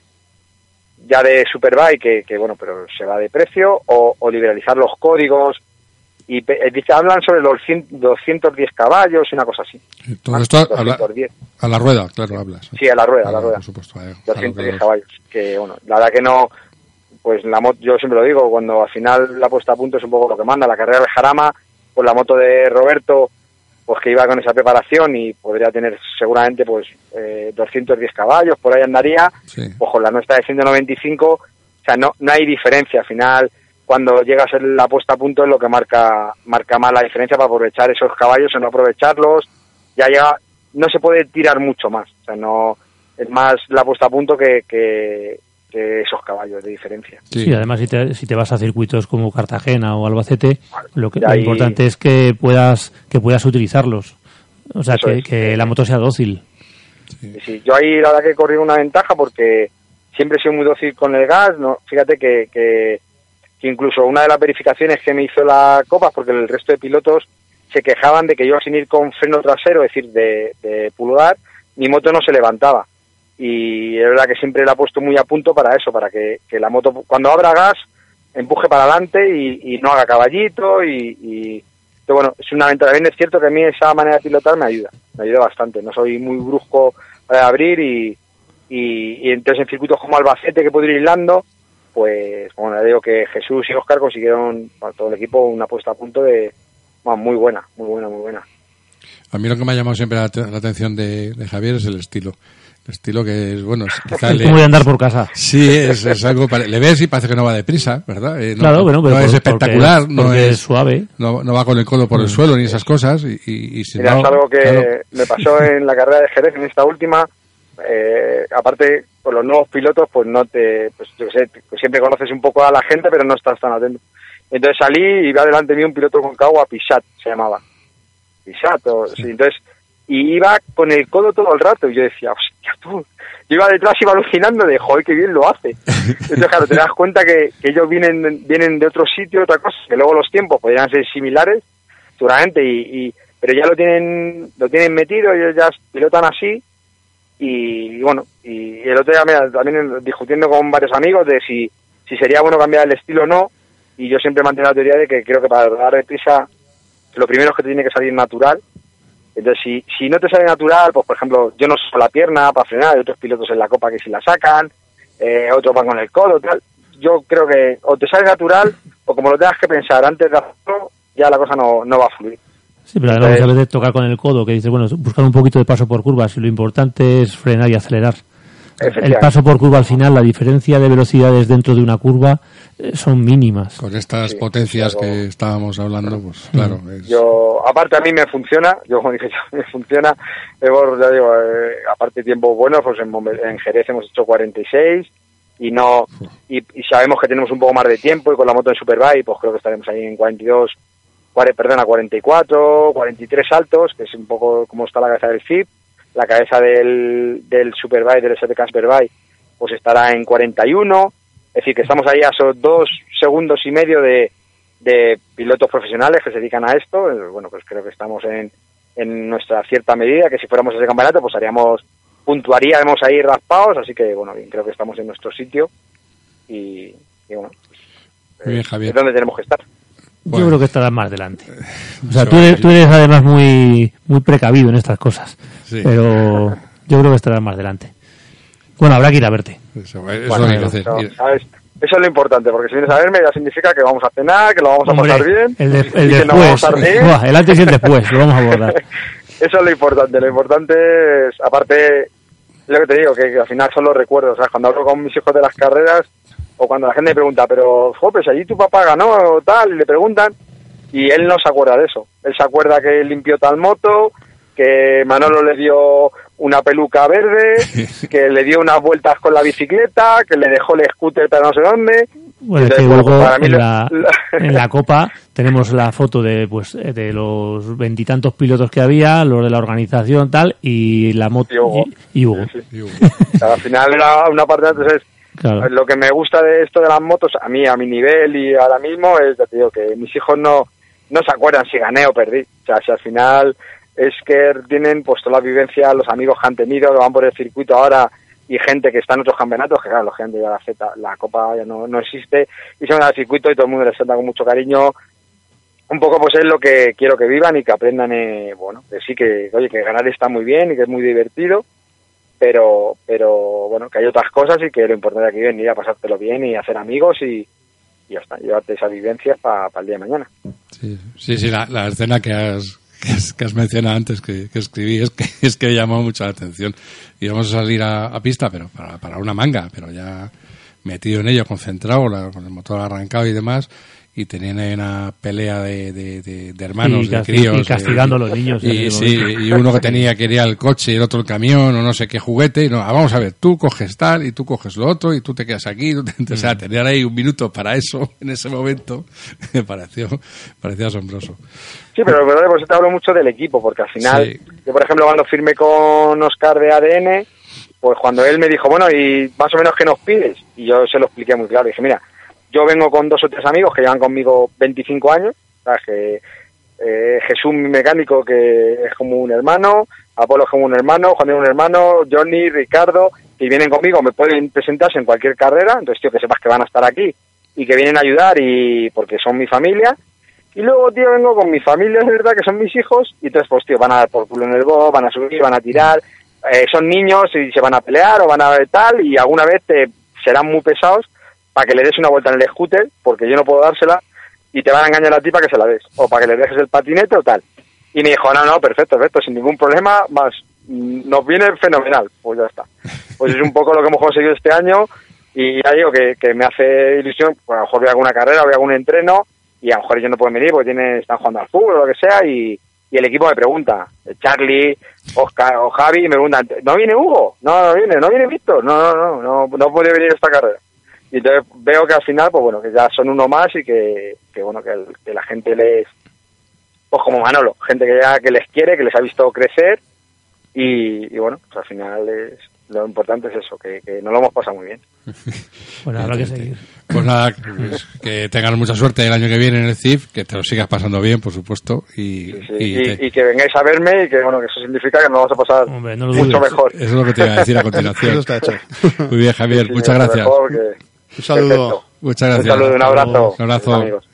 Superbike, que bueno, pero se va de precio, o liberalizar los códigos. Y hablan sobre los 210 caballos y una cosa así. Todo esto a la rueda, claro, hablas. Sí, a la rueda. Por supuesto. 210 caballos. Que bueno, la verdad que no, pues la moto, yo siempre lo digo, cuando al final la puesta a punto es un poco lo que manda. La carrera de Jarama, pues la moto de Roberto, pues que iba con esa preparación y podría tener seguramente pues 210 caballos, por ahí andaría. Sí. Pues con la nuestra de 195, o sea, no hay diferencia al final. Cuando llegas a la puesta a punto es lo que marca más la diferencia para aprovechar esos caballos o no aprovecharlos. No se puede tirar mucho más, o sea, no es más la puesta a punto que esos caballos de diferencia. Sí, además si te vas a circuitos como Cartagena o Albacete, lo importante es que puedas utilizarlos, o sea, que la moto sea dócil. Sí, yo ahí la verdad que he corrido una ventaja porque siempre he sido muy dócil con el gas. No, fíjate que incluso una de las verificaciones que me hizo la Copas, porque el resto de pilotos se quejaban de que yo sin ir con freno trasero, es decir, de pulgar, mi moto no se levantaba. Y es verdad que siempre la he puesto muy a punto para eso, para que la moto cuando abra gas empuje para adelante y no haga caballito y bueno, es una ventaja. También es cierto que a mí esa manera de pilotar me ayuda bastante. No soy muy brusco para abrir y entonces en circuitos como Albacete, que puedo ir hilando, pues bueno, le digo que Jesús y Óscar consiguieron para todo el equipo una puesta a punto muy buena. A mí lo que me ha llamado siempre la atención de Javier es el estilo. El estilo que es, bueno, quizá es como de andar por casa. Sí, es algo, le ves y parece que no va deprisa, ¿verdad? Claro, bueno, pero no es espectacular, porque no es suave. No va con el codo por el suelo ni esas cosas y si mira, no, es algo que me pasó en la carrera de Jerez, en esta última. Aparte con los nuevos pilotos pues no pues yo qué sé, pues siempre conoces un poco a la gente pero no estás tan atento. Entonces salí y iba delante mío un piloto con cagua, Pisat se llamaba, sí, entonces y iba con el codo todo el rato y yo decía, hostia tú, yo iba detrás, iba alucinando de joder qué bien lo hace. Entonces claro, te das cuenta que ellos vienen de otro sitio, otra cosa, que luego los tiempos podrían ser similares seguramente pero ya lo tienen metido, ellos ya pilotan así. Y bueno, y el otro día también discutiendo con varios amigos de si sería bueno cambiar el estilo o no, y yo siempre mantengo la teoría de que creo que para dar deprisa lo primero es que te tiene que salir natural. Entonces si no te sale natural, pues por ejemplo yo no uso la pierna para frenar, hay otros pilotos en la Copa que sí la sacan, otros van con el codo, tal. Yo creo que o te sale natural o como lo tengas que pensar antes de hacerlo, ya la cosa no va a fluir. Sí, pero además a veces tocar con el codo, que dices, bueno, buscar un poquito de paso por curvas y lo importante es frenar y acelerar. El paso por curva al final, la diferencia de velocidades dentro de una curva son mínimas. Con estas potencias que estábamos hablando, pues claro. Aparte a mí me funciona, me funciona, ya digo, aparte tiempo bueno, pues en Jerez hemos hecho 46 y sabemos que tenemos un poco más de tiempo y con la moto en Superbike, pues creo que estaremos ahí en 44, 43 saltos, que es un poco como está la cabeza del FIP. La cabeza del Superbike, del STK Superbike, pues estará en 41. Es decir, que estamos ahí a esos 2 segundos y medio de pilotos profesionales que se dedican a esto. Bueno, pues creo que estamos en nuestra cierta medida, que si fuéramos a ese campeonato, pues puntuaríamos ahí raspados. Así que, bueno, bien, creo que estamos en nuestro sitio. Y bueno, muy bien, Javier. Es donde tenemos que estar. Yo creo que estarás más delante. O sea, tú eres además muy precavido en estas cosas. Sí. Pero yo creo que estarás más delante. Bueno, habrá que ir a verte. Eso es lo que hay que hacer. Eso es lo importante, porque si vienes a verme ya significa que vamos a cenar, que lo vamos a pasar bien. El después. El antes y el después, lo vamos a abordar. Eso es lo importante. Lo importante es, aparte, lo que te digo, que al final son los recuerdos. ¿Sabes? Cuando hablo con mis hijos de las carreras, o cuando la gente me pregunta, pero, pues allí tu papá ganó o tal, y le preguntan, y él no se acuerda de eso. Él se acuerda que limpió tal moto, que Manolo le dio una peluca verde, que le dio unas vueltas con la bicicleta, que le dejó el scooter para no sé dónde. Bueno, entonces, que luego en la Copa tenemos la foto de los 20 y tantos pilotos que había, los de la organización tal, y la moto y Hugo. Sí. Al final era una parte, entonces claro. Lo que me gusta de esto de las motos, a mi nivel y ahora mismo, es te digo, que mis hijos no se acuerdan si gané o perdí. O sea, si al final es que tienen pues toda la vivencia, los amigos que han tenido, que van por el circuito ahora, y gente que está en otros campeonatos, que claro, la gente ya la Copa ya no existe, y se van al circuito y todo el mundo les trata con mucho cariño. Un poco pues es lo que quiero que vivan y que aprendan, que sí, que oye, que ganar está muy bien y que es muy divertido, pero bueno, que hay otras cosas y que lo importante aquí es venir a pasártelo bien y hacer amigos y ya está, llevarte esa vivencia para el día de mañana. Sí, la escena que has mencionado antes, que escribí, es que llamó mucho la atención. Íbamos a salir a pista, pero para una manga, pero ya metido en ello, concentrado, con el motor arrancado y demás, y tenían una pelea de hermanos, de críos. Y castigando a los niños. Y uno que quería el coche y el otro el camión, o no sé qué juguete, y vamos a ver, tú coges tal, y tú coges lo otro, y tú te quedas aquí. O sea, tener ahí un minuto para eso, en ese momento, me pareció asombroso. Sí, pero pues te hablo mucho del equipo, porque al final, yo por ejemplo cuando firmé con Oscar de ADN, pues cuando él me dijo, bueno, y más o menos ¿qué nos pides? Y yo se lo expliqué muy claro, dije, mira, yo vengo con 2 o 3 amigos que llevan conmigo 25 años, ¿sabes? Que Jesús, mi mecánico, que es como un hermano, Apolo es como un hermano, Juan es un hermano, Johnny, Ricardo, que vienen conmigo, me pueden presentarse en cualquier carrera, entonces tío, que sepas que van a estar aquí y que vienen a ayudar y porque son mi familia. Y luego, tío, vengo con mi familia, es verdad, que son mis hijos, y entonces, pues, tío, van a dar por culo en el bob, van a subir, van a tirar, son niños y se van a pelear o van a ver tal, y alguna vez serán muy pesados para que le des una vuelta en el scooter, porque yo no puedo dársela, y te van a engañar a ti para que se la des, o para que le dejes el patinete o tal. Y me dijo, no, perfecto, sin ningún problema, más, nos viene fenomenal, pues ya está. Pues es un poco lo que hemos conseguido este año, y ya digo que me hace ilusión, pues a lo mejor voy a alguna carrera, voy a algún entreno, y a lo mejor ellos no pueden venir porque están jugando al fútbol o lo que sea, y el equipo me pregunta, Charlie, Oscar o Javi, me preguntan, ¿no viene Hugo? No viene Víctor, no puede venir esta carrera. Y entonces veo que al final, pues bueno, que ya son uno más y que la gente les, pues como Manolo, gente que les quiere, que les ha visto crecer y bueno, pues al final lo importante es eso, que no lo hemos pasado muy bien. Bueno, habrá que seguir. Pues nada, que tengas mucha suerte el año que viene en el CIF, que te lo sigas pasando bien, por supuesto. Y que vengáis a verme y que bueno, que eso significa que nos vamos a pasar mucho mejor. Eso es lo que te iba a decir a continuación. Eso está hecho. Muy bien, Javier, muchas gracias. Un saludo. Perfecto. Muchas gracias. Un saludo, un abrazo. Un abrazo. Amigos.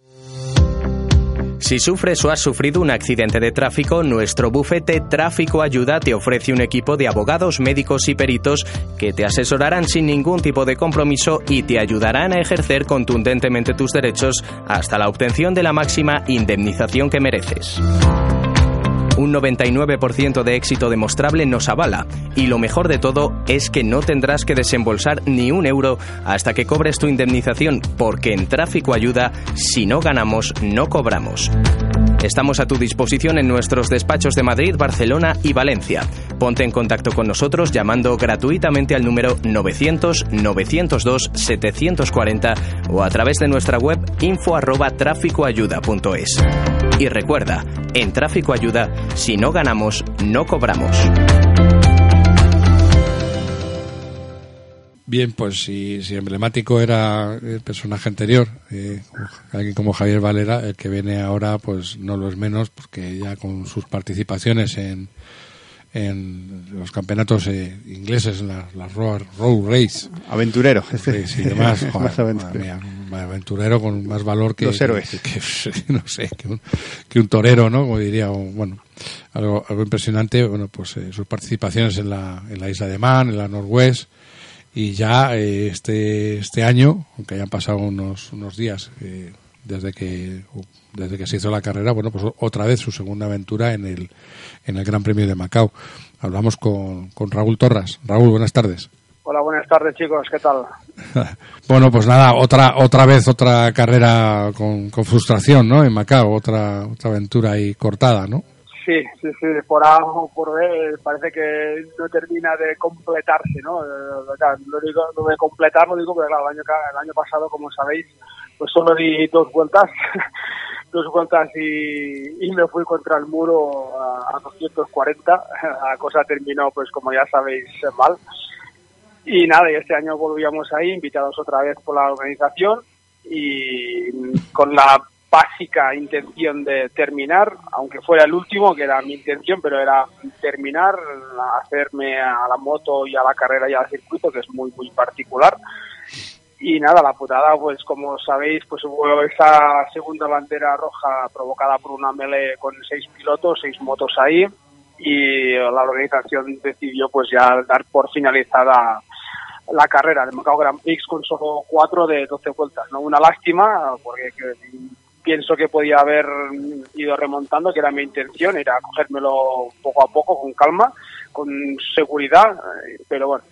Si sufres o has sufrido un accidente de tráfico, nuestro bufete Tráfico Ayuda te ofrece un equipo de abogados, médicos y peritos que te asesorarán sin ningún tipo de compromiso y te ayudarán a ejercer contundentemente tus derechos hasta la obtención de la máxima indemnización que mereces. Un 99% de éxito demostrable nos avala, y lo mejor de todo es que no tendrás que desembolsar ni un euro hasta que cobres tu indemnización, porque en Tráfico Ayuda, si no ganamos, no cobramos. Estamos a tu disposición en nuestros despachos de Madrid, Barcelona y Valencia. Ponte en contacto con nosotros llamando gratuitamente al número 900-902-740 o a través de nuestra web info@traficoayuda.es. Y recuerda, en Tráfico Ayuda, si no ganamos, no cobramos. Bien, pues si emblemático era el personaje anterior, alguien como Javier Valera, el que viene ahora pues no lo es menos, porque ya con sus participaciones en los campeonatos ingleses, en las Road Race. Aventurero. Sí, además, más aventurero con más valor que los héroes. Que un torero, ¿no? Como diría, bueno, algo impresionante. Bueno, pues sus participaciones en la isla de Man, en la Northwest, y ya este año, aunque hayan pasado unos días desde que se hizo la carrera, bueno, pues otra vez su segunda aventura en el Gran Premio de Macao. Hablamos con Raúl Torras. Raúl, buenas tardes. Hola, buenas tardes, chicos, ¿qué tal? Bueno, pues nada, otra vez otra carrera con frustración, ¿no? En Macao, otra aventura ahí cortada, ¿no? Sí, por A o por B parece que no termina de completarse, ¿no? Lo de completar lo digo porque claro, el año pasado, como sabéis, pues solo di 2 vueltas, y me fui contra el muro a 240. La cosa terminó, pues como ya sabéis, mal. Y nada, y este año volvíamos ahí, invitados otra vez por la organización y con la básica intención de terminar, aunque fuera el último, que era mi intención, pero era terminar, hacerme a la moto y a la carrera y al circuito, que es muy, muy particular. Y nada, la putada, pues como sabéis, pues hubo esa segunda bandera roja provocada por una melee con 6 pilotos, 6 motos ahí, y la organización decidió pues ya dar por finalizada la carrera de Macao Grand Prix con solo 4 de 12 vueltas, ¿no? Una lástima, porque pienso que podía haber ido remontando, que era mi intención, era cogérmelo poco a poco, con calma, con seguridad, pero bueno,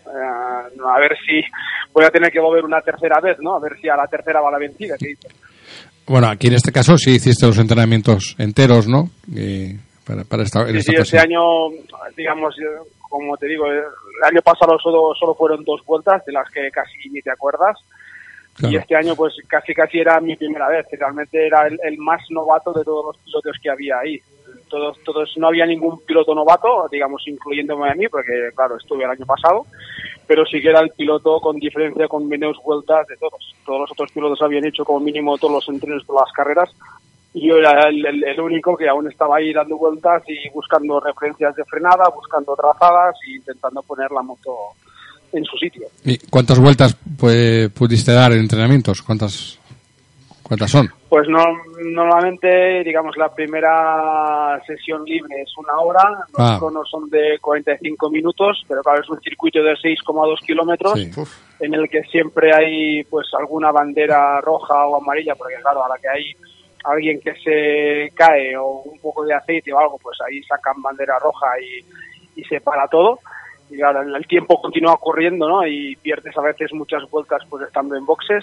a ver si voy a tener que volver una tercera vez, ¿no? A ver si a la tercera va la vencida, ¿qué dices? Bueno, aquí en este caso sí hiciste los entrenamientos enteros, ¿no? Para esta este año, digamos, como te digo, el año pasado solo fueron 2 vueltas, de las que casi ni te acuerdas. Claro. Y este año pues casi era mi primera vez, realmente era el más novato de todos los pilotos que había ahí. Todos no había ningún piloto novato, digamos, incluyéndome a mí, porque claro, estuve el año pasado, pero sí que era el piloto con diferencia, con menos vueltas de todos. Todos los otros pilotos habían hecho como mínimo todos los entrenos por las carreras, y yo era el único que aún estaba ahí dando vueltas y buscando referencias de frenada, buscando trazadas e intentando poner la moto en su sitio. ¿Y cuántas vueltas pudiste dar en entrenamientos? ¿Cuántas son? Pues normalmente, digamos, la primera sesión libre es 1 hora, los cronos son de 45 minutos, pero claro, es un circuito de 6,2 kilómetros, sí, en el que siempre hay pues alguna bandera roja o amarilla, porque claro, a la que hay alguien que se cae o un poco de aceite o algo, pues ahí sacan bandera roja y se para todo. Y claro, el tiempo continúa corriendo, ¿no? Y pierdes a veces muchas vueltas pues estando en boxes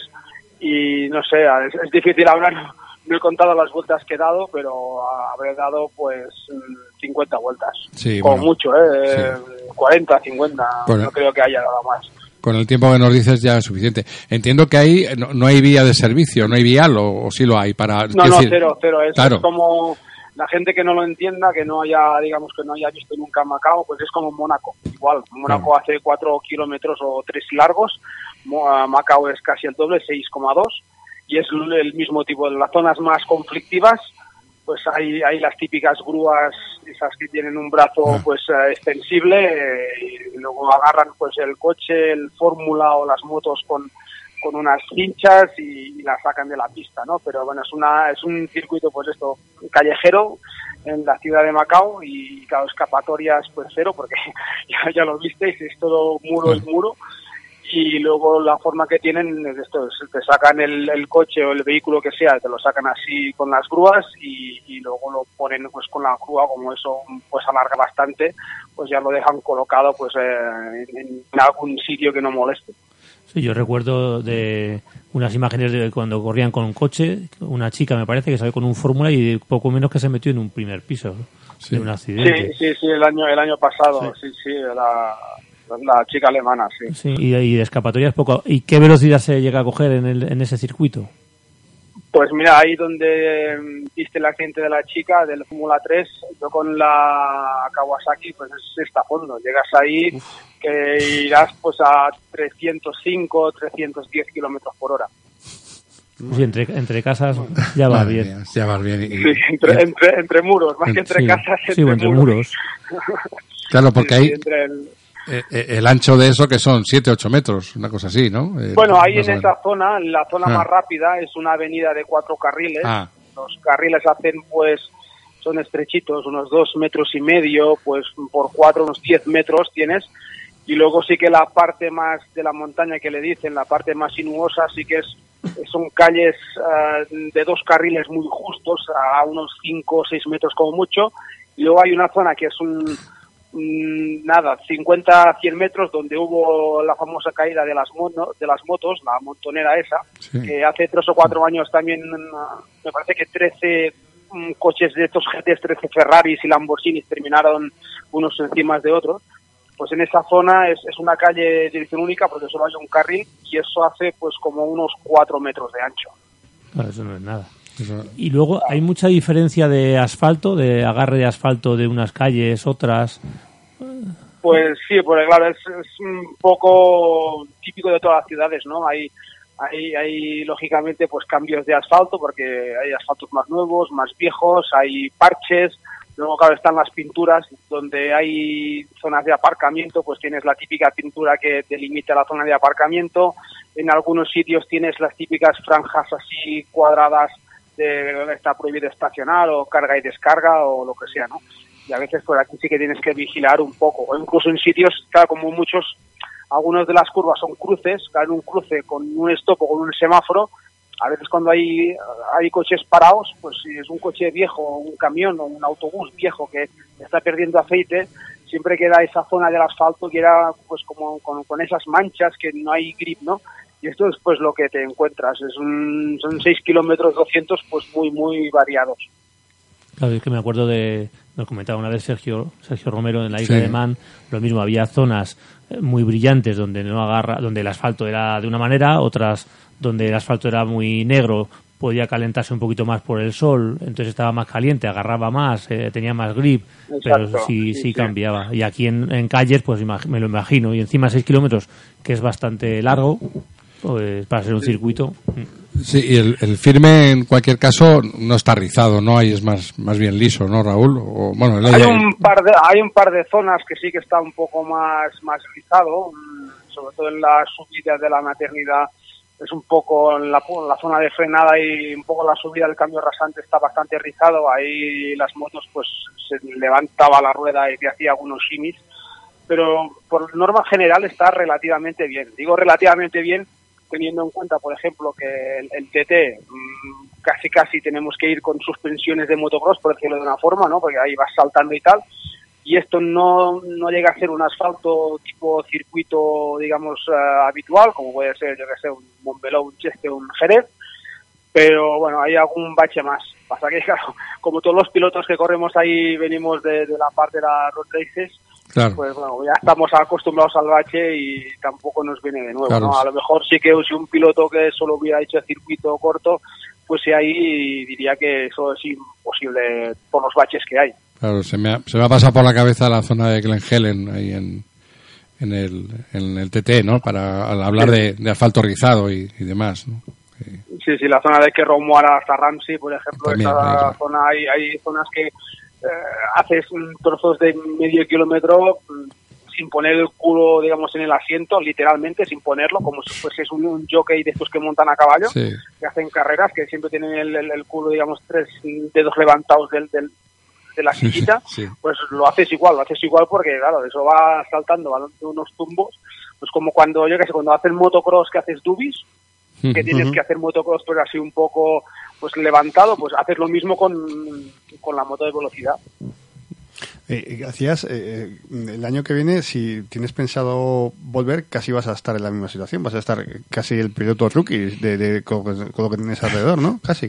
y no sé, es difícil hablar, no he contado las vueltas que he dado, pero habré dado pues 50 vueltas, sí, como bueno, mucho, sí. 40, 50, bueno, no creo que haya dado más. Con el tiempo que nos dices ya es suficiente. Entiendo que ahí no hay vía de servicio, no hay vial o sí lo hay para... No, cero, claro. Es como... La gente que no lo entienda, que no haya visto nunca Macao, pues es como Mónaco. Igual, Mónaco hace 4 kilómetros o 3 largos, Macao es casi el doble, 6,2, y es el mismo tipo. En las zonas más conflictivas, pues hay las típicas grúas, esas que tienen un brazo pues extensible, y luego agarran pues el coche, el Fórmula o las motos con unas cinchas y la sacan de la pista, ¿no? Pero bueno, es un circuito pues esto callejero en la ciudad de Macao y claro, escapatorias pues cero, porque ya lo visteis, es todo muro y muro, y luego la forma que tienen es esto, te sacan el coche o el vehículo que sea, te lo sacan así con las grúas y luego lo ponen pues con la grúa, como eso pues alarga bastante, pues ya lo dejan colocado pues en algún sitio que no moleste. Sí, yo recuerdo de unas imágenes de cuando corrían con un coche, una chica me parece que salió con un Fórmula y poco menos que se metió en un primer piso, ¿no? Sí. De un accidente. Sí, el año pasado, sí, la chica alemana, sí. Sí, y de escapatorias poco. ¿Y qué velocidad se llega a coger en ese circuito? Pues mira, ahí donde viste el accidente de la chica del Fórmula 3, yo con la Kawasaki, pues está a fondo. Llegas ahí que irás pues a 305, 310 kilómetros por hora. Sí, entre casas ya va bien. Ya va bien. Sí, entre muros, más que entre casas, entre muros. Claro, porque ahí... el ancho de eso que son 7-8 metros, una cosa así, ¿no? Bueno, ahí en esa zona, la zona más rápida es una avenida de 4 carriles. Los carriles son estrechitos, unos 2,5 metros, pues por 4, unos 10 metros tienes. Y luego sí que la parte más de la montaña que le dicen, la parte más sinuosa, sí que son calles de 2 carriles muy justos, a unos 5 o 6 metros como mucho. Y luego hay una zona que es 50 a 100 metros, donde hubo la famosa caída de las motos, la montonera esa, que hace 3 o 4 años también, me parece que 13 coches de estos GT13 Ferraris y Lamborghinis terminaron unos encima de otros, pues en esa zona es una calle de dirección única porque solo hay un carril y eso hace pues como unos 4 metros de ancho. Claro, eso no es nada. Y luego, ¿hay mucha diferencia de asfalto, de agarre de asfalto de unas calles, otras? Pues sí, porque claro, es un poco típico de todas las ciudades, ¿no? Hay lógicamente pues cambios de asfalto porque hay asfaltos más nuevos, más viejos, hay parches, luego claro están las pinturas donde hay zonas de aparcamiento, pues tienes la típica pintura que delimita la zona de aparcamiento, en algunos sitios tienes las típicas franjas así cuadradas de donde está prohibido estacionar o carga y descarga o lo que sea, ¿no? Y a veces por aquí sí que tienes que vigilar un poco, o incluso en sitios, claro, como muchos, algunos de las curvas son cruces, claro, un cruce con un stop o con un semáforo, a veces cuando hay coches parados, pues si es un coche viejo, un camión o un autobús viejo que está perdiendo aceite, siempre queda esa zona del asfalto que era pues como con esas manchas que no hay grip, ¿no? Y esto es pues lo que te encuentras, son 6 kilómetros 200 pues muy variados. Claro, es que me acuerdo nos comentaba una vez Sergio Romero en la isla de Man, lo mismo, había zonas muy brillantes donde donde el asfalto era de una manera, otras donde el asfalto era muy negro, podía calentarse un poquito más por el sol, entonces estaba más caliente, agarraba más, tenía más grip. Exacto, pero sí cambiaba. Y aquí en calles, pues me lo imagino, y encima 6 kilómetros, que es bastante largo, pues para ser un circuito. Sí, y el firme en cualquier caso no está rizado, ¿no? Ahí es más bien liso, ¿no, Raúl? O, bueno, hay un par de zonas que sí que está un poco más rizado, sobre todo en las subidas de la maternidad, es un poco en la zona de frenada y un poco la subida del cambio rasante está bastante rizado, ahí las motos pues se levantaba la rueda y te hacía algunos shimis, pero por norma general está relativamente bien. Digo relativamente bien teniendo en cuenta, por ejemplo, que el TT casi tenemos que ir con suspensiones de motocross, por decirlo de una forma, ¿no? Porque ahí vas saltando y tal. Y esto no llega a ser un asfalto tipo circuito, digamos, habitual, como puede ser, yo que sé, un Montmeló, un Cheste, un Jerez. Pero bueno, hay algún bache más. Pasa que, claro, como todos los pilotos que corremos ahí venimos de la parte de las road races, claro, pues bueno, ya estamos acostumbrados al bache y tampoco nos viene de nuevo, claro, ¿no? A lo mejor sí que si un piloto que solo hubiera hecho el circuito corto, pues sí, ahí diría que eso es imposible por los baches que hay. Claro, se me ha pasado por la cabeza la zona de Glen Helen ahí en el TT, ¿no? Para hablar de asfalto rizado y demás, ¿no? Sí, la zona de Kerromuara hasta Ramsey, por ejemplo, también, esa zona hay zonas que haces trozos de medio kilómetro sin poner el culo, digamos, en el asiento, literalmente, sin ponerlo, como si fuese un jockey de estos que montan a caballo, sí, que hacen carreras, que siempre tienen el culo, digamos, 3 dedos levantados de la sillita, sí, pues lo haces igual porque, claro, eso va saltando, va dando unos tumbos, pues como cuando, yo que sé, cuando haces motocross que haces dubis, que tienes que hacer motocross pero así un poco pues levantado, pues haces lo mismo con la moto de velocidad. Hacías el año que viene, si tienes pensado volver, casi vas a estar en la misma situación, vas a estar casi el piloto rookie con lo que tienes alrededor, ¿no? Casi.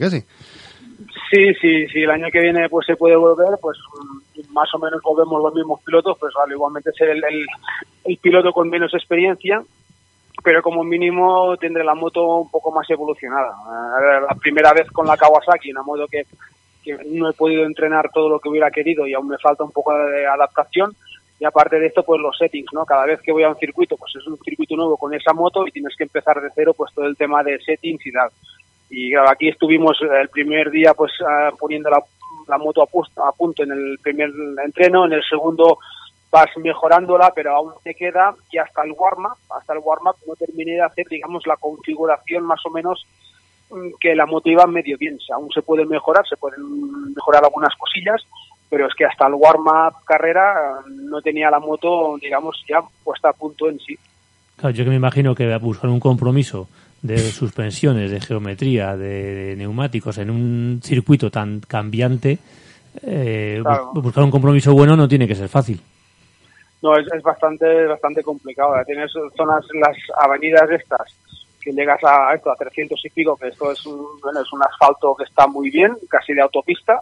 Sí, el año que viene pues se puede volver, pues más o menos volvemos los mismos pilotos, pues vale, igualmente ser el piloto con menos experiencia, pero como mínimo tendré la moto un poco más evolucionada. La primera vez con la Kawasaki, una moto que no he podido entrenar todo lo que hubiera querido y aún me falta un poco de adaptación, y aparte de esto pues los settings, ¿no? Cada vez que voy a un circuito pues es un circuito nuevo con esa moto y tienes que empezar de cero pues todo el tema de settings y tal. Y claro, aquí estuvimos el primer día pues poniendo la moto a punto en el primer entreno, en el segundo vas mejorándola, pero aún te queda, y hasta el warm-up no terminé de hacer, digamos, la configuración más o menos que la moto iba medio bien. Aún se pueden mejorar algunas cosillas, pero es que hasta el warm-up carrera no tenía la moto, digamos, ya puesta a punto en sí. Claro, yo que me imagino que buscar un compromiso de suspensiones, de geometría, de neumáticos en un circuito tan cambiante, claro, buscar un compromiso bueno no tiene que ser fácil. No, es bastante complicado. Tienes zonas, las avenidas estas, que llegas a esto, a 300 y pico, que esto es es un asfalto que está muy bien, casi de autopista,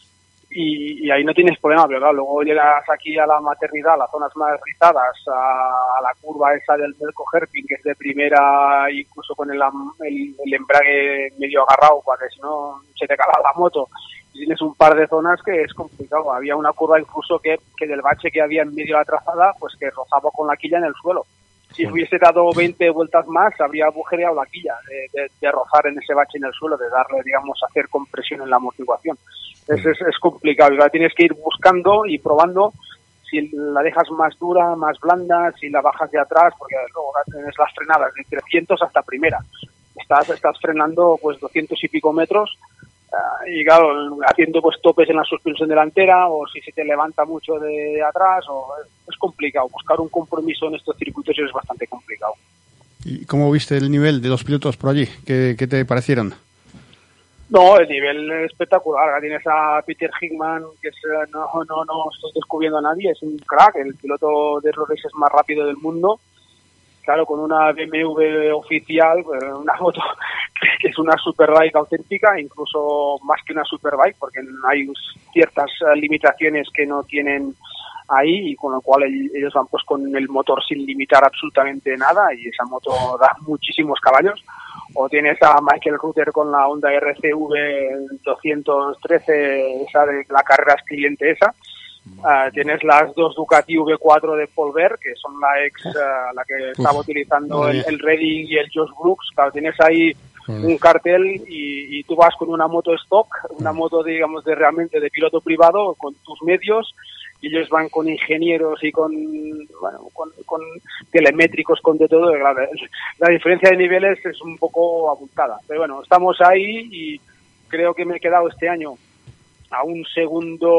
y ahí no tienes problema, pero claro, luego llegas aquí a la maternidad, a las zonas más rizadas, a la curva esa del Melco-Herping, que es de primera, incluso con el embrague medio agarrado, para que si no se te cala la moto. Y tienes un par de zonas que es complicado. Había una curva incluso que del bache que había en medio de la trazada, pues que rozaba con la quilla en el suelo. Si hubiese dado 20 vueltas más, habría agujereado la quilla de rozar en ese bache en el suelo, de darle, digamos, hacer compresión en la amortiguación. Es complicado, y la tienes que ir buscando y probando si la dejas más dura, más blanda, si la bajas de atrás, porque luego tienes las frenadas de 300 hasta primera. Estás frenando pues 200 y pico metros, y claro, haciendo pues topes en la suspensión delantera, o si se te levanta mucho de atrás, es complicado. Buscar un compromiso en estos circuitos es bastante complicado. ¿Y cómo viste el nivel de los pilotos por allí? ¿Qué te parecieron? No, el nivel es espectacular. Ahora tienes a Peter Hickman, que no estoy descubriendo a nadie, es un crack, el piloto de road races más rápido del mundo. Claro, con una BMW oficial, una moto que es una superbike auténtica, incluso más que una superbike, porque hay ciertas limitaciones que no tienen ahí, y con lo cual ellos van pues con el motor sin limitar absolutamente nada, y esa moto da muchísimos caballos. O tienes a Michael Rutter con la Honda RCV 213, esa de la carrera cliente esa. Tienes las dos Ducati V4 de Paul Bear, que son la que estaba utilizando el Redding y el Josh Brooks. Claro, tienes ahí un cartel y tú vas con una moto stock, una moto, digamos, realmente de piloto privado, con tus medios, y ellos van con ingenieros y con telemétricos, con de todo. La diferencia de niveles es un poco abultada, pero bueno, estamos ahí, y creo que me he quedado este año a 1,2 segundos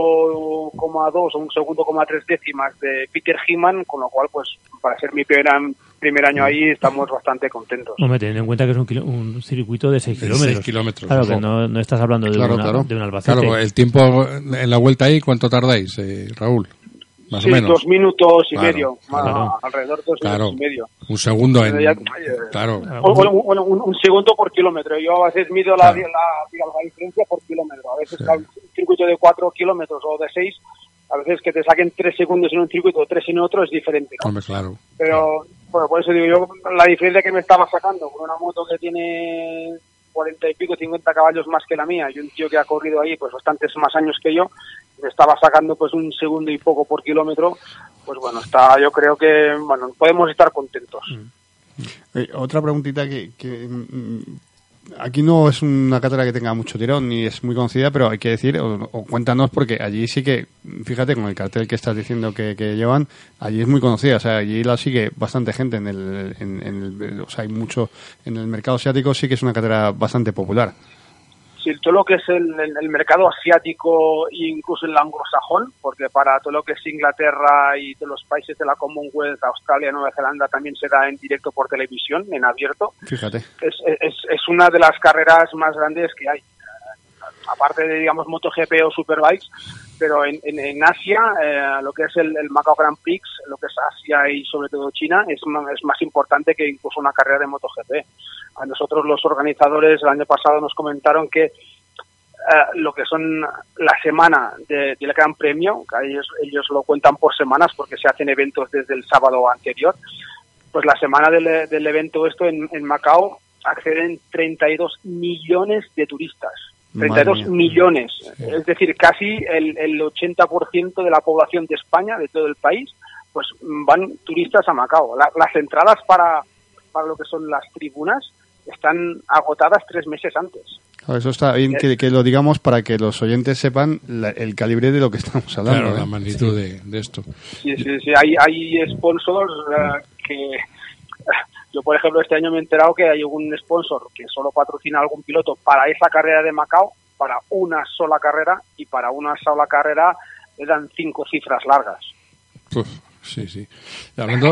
o 1,3 segundos de Peter Hickman, con lo cual, pues, para ser mi primer año ahí, estamos bastante contentos. Hombre, teniendo en cuenta que es un circuito de 6 kilómetros. 6 kilómetros. Claro, que no estás hablando de un Albacete. Claro, el tiempo en la vuelta ahí, ¿cuánto tardáis, Raúl? Más o menos. 2 minutos y medio. Alrededor de 2 minutos y medio. Un segundo claro. Un segundo por kilómetro. Yo a veces mido la diferencia por kilómetro. A veces un circuito de 4 kilómetros o de 6, a veces que te saquen 3 segundos en un circuito o 3 en otro es diferente, ¿no? Hombre, claro. Pero, bueno, por eso digo yo, la diferencia que me estaba sacando con una moto que tiene 40 y pico, 50 caballos más que la mía, y un tío que ha corrido ahí pues bastantes más años que yo, me estaba sacando pues 1 segundo y poco por kilómetro, pues bueno, yo creo que, bueno, podemos estar contentos. Otra preguntita que aquí no es una cátedra que tenga mucho tirón ni es muy conocida, pero hay que decir, o cuéntanos, porque allí sí que, fíjate, con el cartel que estás diciendo que llevan, allí es muy conocida, o sea, allí la sigue bastante gente o sea, hay mucho en el mercado asiático, sí que es una cátedra bastante popular. Sí, todo lo que es el mercado asiático e incluso el anglosajón, porque para todo lo que es Inglaterra y de los países de la Commonwealth, Australia, Nueva Zelanda, también se da en directo por televisión, en abierto. Fíjate. Es una de las carreras más grandes que hay. Aparte de, digamos, MotoGP o Superbikes, pero en Asia, lo que es el Macao Grand Prix, lo que es Asia y sobre todo China, es más importante que incluso una carrera de MotoGP. A nosotros los organizadores el año pasado nos comentaron que lo que son la semana del Gran Premio, que ellos lo cuentan por semanas porque se hacen eventos desde el sábado anterior, pues la semana del evento en Macao acceden 32 millones de turistas. 32 millones, es decir, casi el 80% de la población de España, de todo el país, pues van turistas a Macao. Las entradas para lo que son las tribunas están agotadas 3 meses antes. Eso está bien que lo digamos para que los oyentes sepan el calibre de lo que estamos hablando. Claro, la magnitud de esto. Sí, hay sponsors que... Yo, por ejemplo, este año me he enterado que hay un sponsor que solo patrocina a algún piloto para esa carrera de Macao, para una sola carrera, y para una sola carrera le dan 5 cifras largas. Sí. Hablando...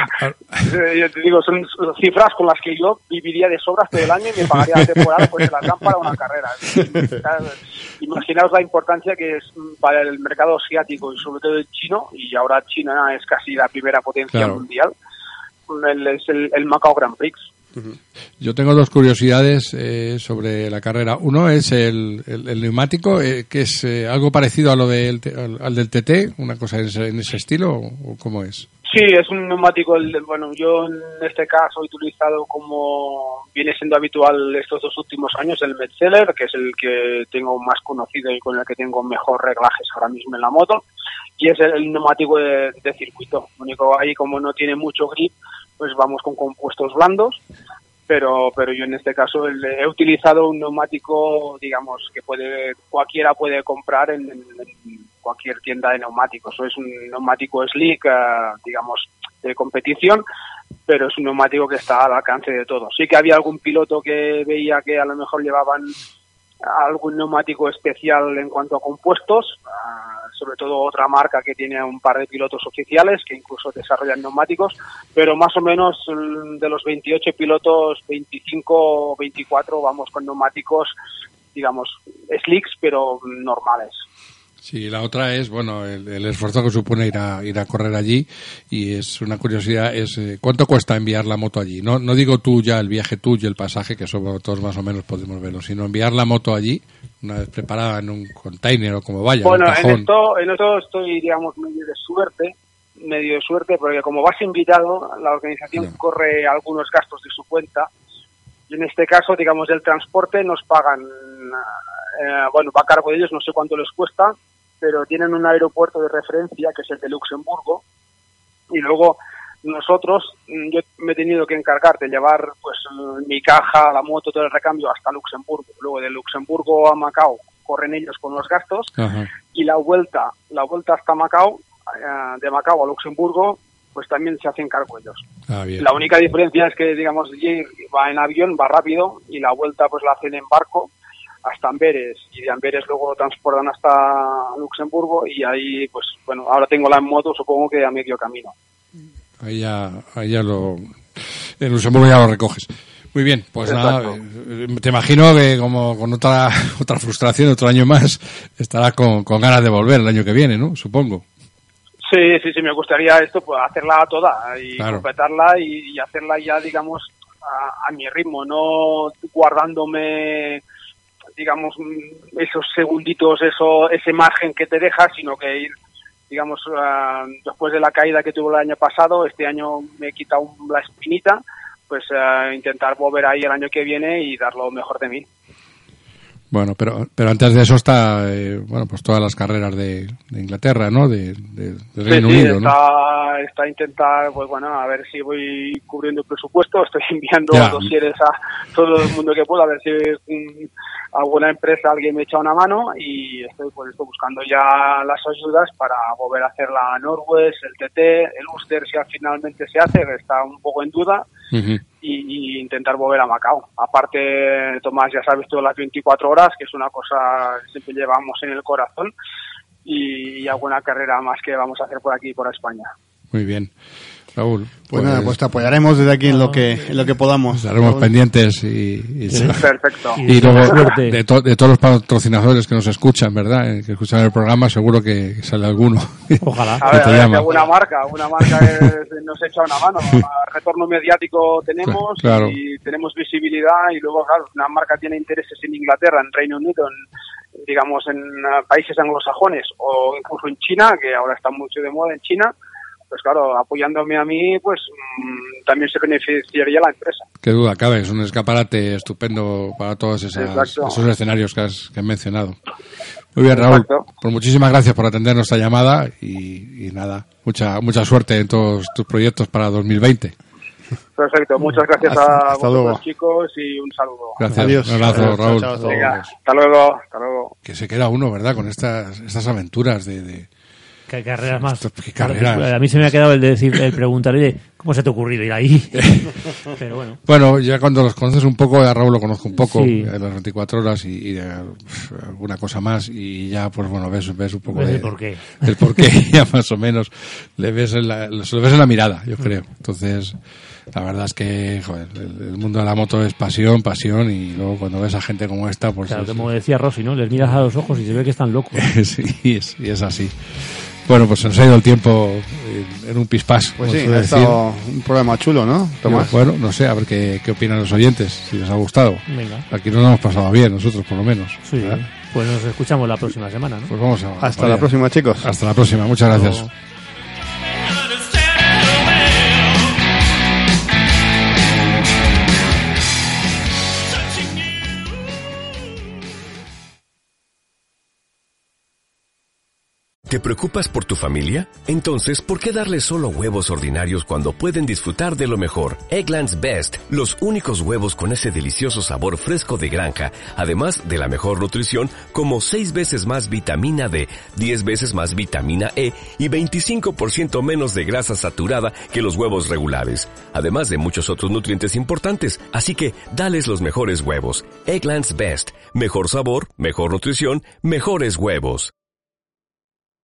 Yo te digo, son cifras con las que yo viviría de sobras todo el año y me pagaría la temporada, pues se las dan para una carrera. Imaginaos la importancia que es para el mercado asiático y sobre todo el chino, y ahora China es casi la primera potencia mundial. Es el Macao Grand Prix. Yo tengo dos curiosidades sobre la carrera. Uno es el neumático, que es algo parecido a lo al del TT, una cosa en ese estilo, ¿o cómo es? Sí, es un neumático, yo en este caso he utilizado, como viene siendo habitual estos 2 últimos años, el Metzeler, que es el que tengo más conocido y con el que tengo mejor reglajes ahora mismo en la moto, y es el neumático de circuito. Lo único, ahí como no tiene mucho grip, pues vamos con compuestos blandos, pero yo en este caso he utilizado un neumático, digamos, que cualquiera puede comprar en cualquier tienda de neumáticos. Es un neumático slick, digamos, de competición, pero es un neumático que está al alcance de todos. Sí que había algún piloto que veía que a lo mejor llevaban algún neumático especial en cuanto a compuestos, sobre todo otra marca que tiene un par de pilotos oficiales que incluso desarrollan neumáticos, pero más o menos de los 28 pilotos, 25 o 24 vamos con neumáticos, digamos, slicks, pero normales. Sí, la otra es, bueno, el esfuerzo que supone ir a correr allí, y es una curiosidad, es ¿cuánto cuesta enviar la moto allí? No digo tú ya el viaje tuyo, el pasaje, que eso todos más o menos podemos verlo, sino enviar la moto allí, una vez preparada en un container o como vaya, bueno, en un cajón. En esto estoy, digamos, medio de suerte, porque como vas invitado, la organización corre algunos gastos de su cuenta, y en este caso, digamos, el transporte nos pagan, va a cargo de ellos, no sé cuánto les cuesta, pero tienen un aeropuerto de referencia que es el de Luxemburgo, y luego nosotros, yo me he tenido que encargar de llevar pues mi caja, la moto, todo el recambio hasta Luxemburgo. Luego de Luxemburgo a Macao corren ellos con los gastos. Ajá. Y la vuelta hasta Macao, de Macao a Luxemburgo, pues también se hacen cargo ellos. Bien. La única diferencia es que, digamos, va en avión, va rápido, y la vuelta pues la hacen en barco hasta Amberes, y de Amberes luego lo transportan hasta Luxemburgo, y ahí, pues bueno, ahora tengo la moto, supongo que a medio camino. Ahí ya en Luxemburgo ya lo recoges. Muy bien, pues exacto. Nada, te imagino que como con otra frustración, otro año más, estarás con ganas de volver el año que viene, ¿no? Supongo. Sí, me gustaría esto, pues hacerla toda y completarla y hacerla ya, digamos, a mi ritmo, no guardándome, digamos, esos segunditos, ese margen que te deja, sino que ir, digamos, después de la caída que tuve el año pasado, este año me he quitado la espinita, pues intentar volver ahí el año que viene y dar lo mejor de mí. Bueno, pero antes de eso está, pues todas las carreras de Inglaterra, ¿no? De Reino Unido, ¿no? Está intentar, pues bueno, a ver si voy cubriendo el presupuesto, estoy enviando dosieres a todo el mundo que pueda, a ver si alguna empresa, alguien me echa una mano, y estoy buscando ya las ayudas para volver a hacer la Norwest, el TT, el Ulster, si finalmente se hace, que está un poco en duda. Uh-huh. Y intentar volver a Macao. Aparte, Tomás, ya sabes, todas las 24 horas, que es una cosa que siempre llevamos en el corazón, y alguna carrera más que vamos a hacer por aquí, por España. Muy bien. Raúl, pues nada, pues te apoyaremos desde aquí en lo que podamos. Estaremos Raúl pendientes y sí. Perfecto. Y luego de todos los patrocinadores que nos escuchan, ¿verdad? Que escuchan el programa, seguro que sale alguno. Ojalá. A ver, alguna marca nos echa una mano. Retorno mediático tenemos, claro. Y tenemos visibilidad, y luego, claro, una marca tiene intereses en Inglaterra, en Reino Unido, digamos, en países anglosajones, o incluso en China, que ahora está mucho de moda en China. Pues claro, apoyándome a mí, pues también se beneficiaría la empresa. Qué duda cabe, es un escaparate estupendo para todos esos escenarios que has mencionado. Muy bien, Raúl, pues muchísimas gracias por atender nuestra llamada y nada, mucha suerte en todos tus proyectos para 2020. Perfecto, muchas gracias a vosotros, chicos, y un saludo. Gracias. Adiós. Un abrazo, Raúl. Chao, hasta luego. Que se queda uno, ¿verdad?, con estas aventuras de ¿Qué carreras más? ¿Qué carreras? A mí se me ha quedado el preguntar, ¿cómo se te ha ocurrido ir ahí? Pero bueno. Bueno, ya cuando los conoces un poco, a Raúl lo conozco un poco, de las 24 horas y de alguna cosa más, y ya, pues bueno, ves un poco el porqué. El porqué, ya más o menos, se lo ves en la mirada, yo creo. Entonces, la verdad es que, joder, el mundo de la moto es pasión, y luego cuando ves a gente como esta, pues... Claro, como decía Rossi, ¿no? Les miras a los ojos y se ve que están locos. Sí, y es así. Bueno, pues se nos ha ido el tiempo en un pispás. Pues sí, ha estado un programa chulo, ¿no, Tomás? Bueno, no sé, a ver qué opinan los oyentes, si les ha gustado. Venga. Aquí nos lo hemos pasado bien, nosotros por lo menos. Sí, ¿verdad? pues nos escuchamos la próxima semana, ¿no? Pues vamos Hasta la próxima, chicos. Hasta la próxima, muchas gracias. Luego. ¿Te preocupas por tu familia? Entonces, ¿por qué darles solo huevos ordinarios cuando pueden disfrutar de lo mejor? Eggland's Best, los únicos huevos con ese delicioso sabor fresco de granja, además de la mejor nutrición, como 6 veces más vitamina D, 10 veces más vitamina E y 25% menos de grasa saturada que los huevos regulares, además de muchos otros nutrientes importantes. Así que, dales los mejores huevos. Eggland's Best, mejor sabor, mejor nutrición, mejores huevos.